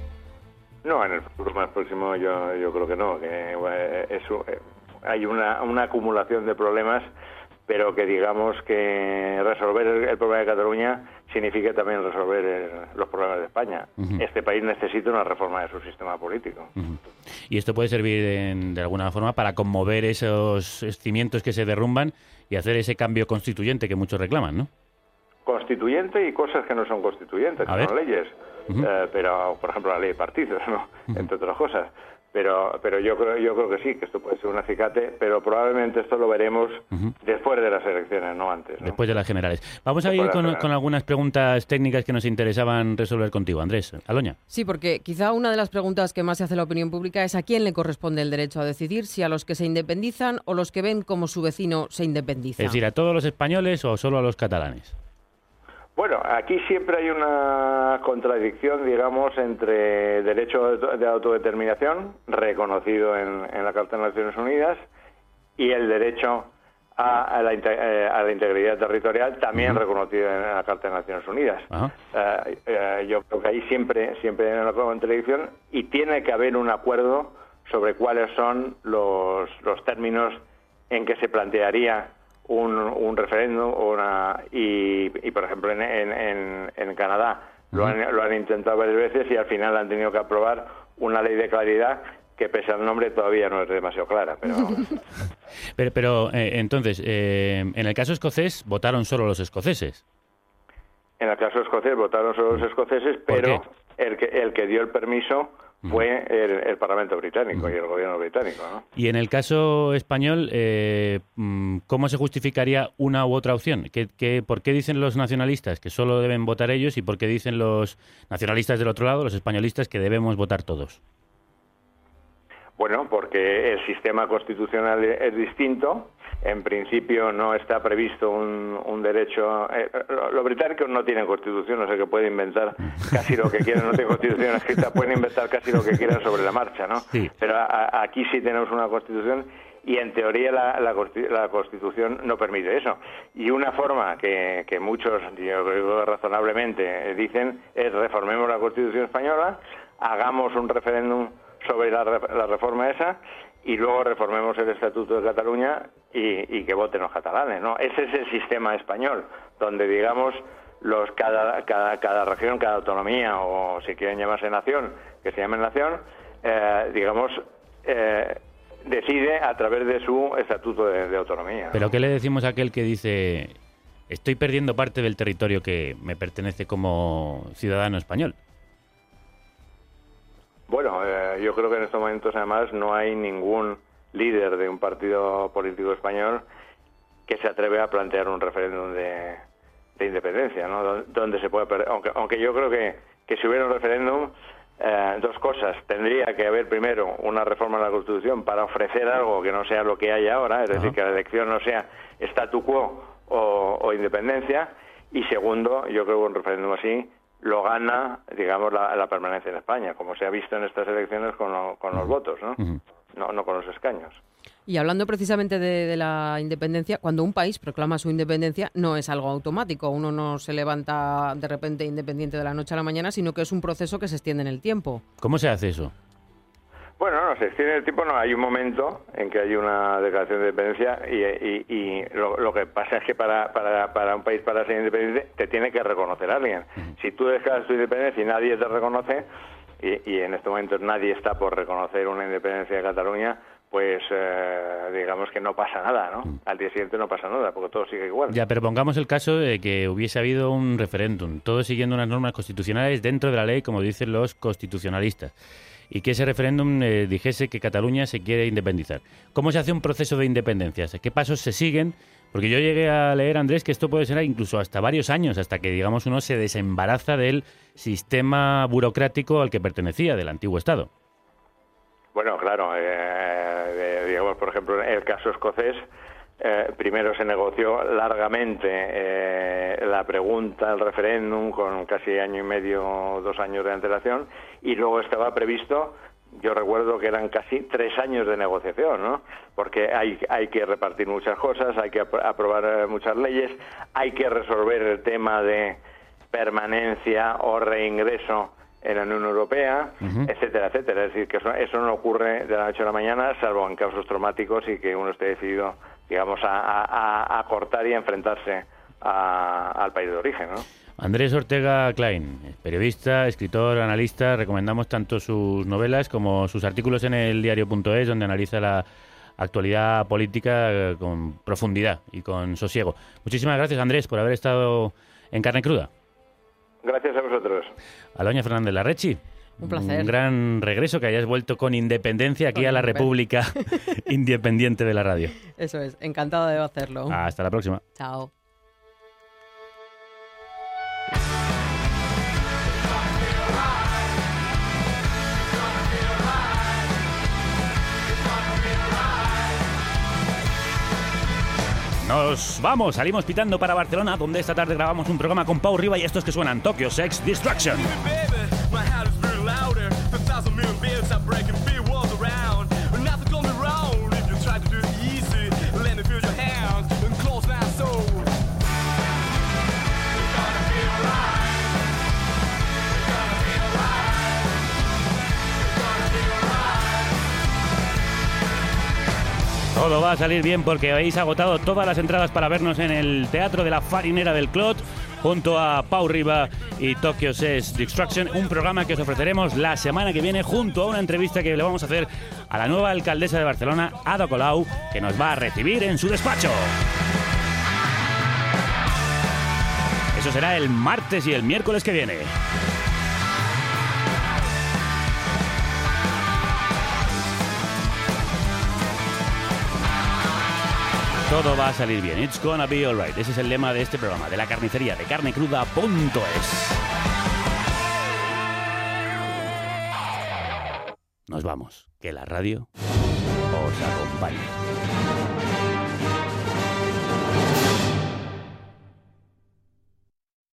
Speaker 22: No, en el futuro más próximo yo, yo creo que no, que eh, eso, eh, hay una, una acumulación de problemas, pero que digamos que resolver el, el problema de Cataluña significa también resolver el, los problemas de España. Uh-huh. Este país necesita una reforma de su sistema político.
Speaker 4: Uh-huh. Y esto puede servir en, de alguna forma para conmover esos cimientos que se derrumban y hacer ese cambio constituyente que muchos reclaman, ¿no?
Speaker 22: Constituyente y cosas que no son constituyentes, que son leyes. Uh-huh. Eh, pero, por ejemplo, la ley de partidos, ¿no? Uh-huh. Entre otras cosas. Pero pero yo creo yo creo que sí, que esto puede ser un acicate, pero probablemente esto lo veremos uh-huh. después de las elecciones, no antes, ¿no?
Speaker 4: Después de las generales. Vamos a después ir con, con algunas preguntas técnicas que nos interesaban resolver contigo, Andrés. Aloña.
Speaker 17: Sí, porque quizá una de las preguntas que más se hace a la opinión pública es a quién le corresponde el derecho a decidir, si a los que se independizan o los que ven como su vecino se independiza.
Speaker 4: Es decir, ¿a todos los españoles o solo a los catalanes?
Speaker 22: Bueno, aquí siempre hay una contradicción, digamos, entre derecho de autodeterminación, reconocido en, en la Carta de Naciones Unidas, y el derecho a, a, la, a la integridad territorial, también uh-huh. reconocido en la Carta de Naciones Unidas. Uh-huh. Uh, uh, yo creo que ahí siempre, siempre hay una contradicción y tiene que haber un acuerdo sobre cuáles son los, los términos en que se plantearía un, un referéndum o una y, y por ejemplo en, en, en Canadá lo han, lo han intentado varias veces y al final han tenido que aprobar una ley de claridad que pese al nombre todavía no es demasiado clara, pero
Speaker 4: pero, pero eh, entonces eh, en el caso escocés votaron solo los escoceses.
Speaker 22: En el caso escocés votaron solo los escoceses, pero el que el que dio el permiso fue el, el Parlamento británico uh-huh. y el gobierno británico, ¿no?
Speaker 4: Y en el caso español, eh, ¿cómo se justificaría una u otra opción? ¿Qué, qué, ¿Por qué dicen los nacionalistas que solo deben votar ellos y por qué dicen los nacionalistas del otro lado, los españolistas, que debemos votar todos?
Speaker 22: Bueno, porque el sistema constitucional es distinto en principio no está previsto un, un derecho. Eh, los británicos no tienen constitución, o sea que pueden inventar casi lo que quieran, no tienen constitución escrita, pueden inventar casi lo que quieran sobre la marcha, ¿no? Sí. Pero a, a, aquí sí tenemos una constitución y en teoría la, la, la constitución no permite eso. Y una forma que, que muchos, yo creo razonablemente, dicen es reformemos la constitución española, hagamos un referéndum sobre la, la reforma esa y luego reformemos el Estatuto de Cataluña y, y que voten los catalanes, ¿no? Ese es el sistema español, donde, digamos, los cada, cada, cada región, cada autonomía, o si quieren llamarse nación, que se llame nación, eh, digamos, eh, decide a través de su Estatuto de, de Autonomía, ¿no?
Speaker 4: ¿Pero qué le decimos a aquel que dice, estoy perdiendo parte del territorio que me pertenece como ciudadano español?
Speaker 22: Bueno, eh, yo creo que en estos momentos además no hay ningún líder de un partido político español que se atreve a plantear un referéndum de, de independencia, ¿no? Donde se puede perder, aunque, aunque yo creo que, que si hubiera un referéndum, eh, dos cosas. Tendría que haber primero una reforma de la Constitución para ofrecer algo que no sea lo que hay ahora, es decir, que la elección no sea statu quo o, o independencia, y segundo, yo creo que un referéndum así lo gana, digamos, la, la permanencia en España, como se ha visto en estas elecciones con, lo, con los votos, ¿no? Uh-huh. No, no con los escaños.
Speaker 17: Y hablando precisamente de, de la independencia, cuando un país proclama su independencia no es algo automático, uno no se levanta de repente independiente de la noche a la mañana, sino que es un proceso que se extiende en el tiempo.
Speaker 4: ¿Cómo se hace eso?
Speaker 22: Bueno, no, se extiende en el tiempo, no, hay un momento en que hay una declaración de independencia y, y, y lo, lo que pasa es que para, para, para un país, para ser independiente, te tiene que reconocer a alguien. Uh-huh. Si tú declaras tu independencia y nadie te reconoce, y, y en este momento nadie está por reconocer una independencia de Cataluña, pues eh, digamos que no pasa nada, ¿no? Uh-huh. Al día siguiente no pasa nada, porque todo sigue igual.
Speaker 4: Ya, pero pongamos el caso de que hubiese habido un referéndum, todo siguiendo unas normas constitucionales dentro de la ley, como dicen los constitucionalistas, y que ese referéndum eh, dijese que Cataluña se quiere independizar. ¿Cómo se hace un proceso de independencia? ¿Qué pasos se siguen? Porque yo llegué a leer, Andrés, que esto puede ser incluso hasta varios años, hasta que, digamos, uno se desembaraza del sistema burocrático al que pertenecía, del antiguo Estado.
Speaker 22: Bueno, claro, eh, eh, digamos, por ejemplo, en el caso escocés, Eh, primero se negoció largamente eh, la pregunta, el referéndum, con casi año y medio, dos años de antelación, y luego estaba previsto, yo recuerdo que eran casi tres años de negociación, ¿no? Porque hay, hay que repartir muchas cosas, hay que apro- aprobar muchas leyes, hay que resolver el tema de permanencia o reingreso en la Unión Europea, uh-huh. etcétera, etcétera. Es decir, que eso, eso no ocurre de la noche a la mañana, salvo en casos traumáticos y que uno esté decidido, digamos, a, a, a cortar y a enfrentarse a, al país de origen, ¿no?
Speaker 4: Andrés Ortega Klein, periodista, escritor, analista. Recomendamos tanto sus novelas como sus artículos en el diario punto es, donde analiza la actualidad política con profundidad y con sosiego. Muchísimas gracias, Andrés, por haber estado en Carne Cruda.
Speaker 22: Gracias a vosotros.
Speaker 4: A doña Fernández Larrechi.
Speaker 17: Un placer.
Speaker 4: Un gran regreso, que hayas vuelto con independencia aquí con a la República Independiente de la Radio.
Speaker 17: Eso es, encantado de hacerlo.
Speaker 4: Hasta la próxima.
Speaker 17: Chao.
Speaker 4: Nos vamos, salimos pitando para Barcelona, donde esta tarde grabamos un programa con Pau Riba y estos que suenan: Tokyo Sex Destruction. Todo va a salir bien porque habéis agotado todas las entradas para vernos en el Teatro de la Farinera del Clot, junto a Pau Riba y Tokyo Sex Destruction, un programa que os ofreceremos la semana que viene junto a una entrevista que le vamos a hacer a la nueva alcaldesa de Barcelona, Ada Colau, que nos va a recibir en su despacho. Eso será el martes y el miércoles que viene. Todo va a salir bien. It's gonna be alright. Ese es el lema de este programa, de la carnicería, de carne cruda punto es. Nos vamos. Que la radio os acompañe.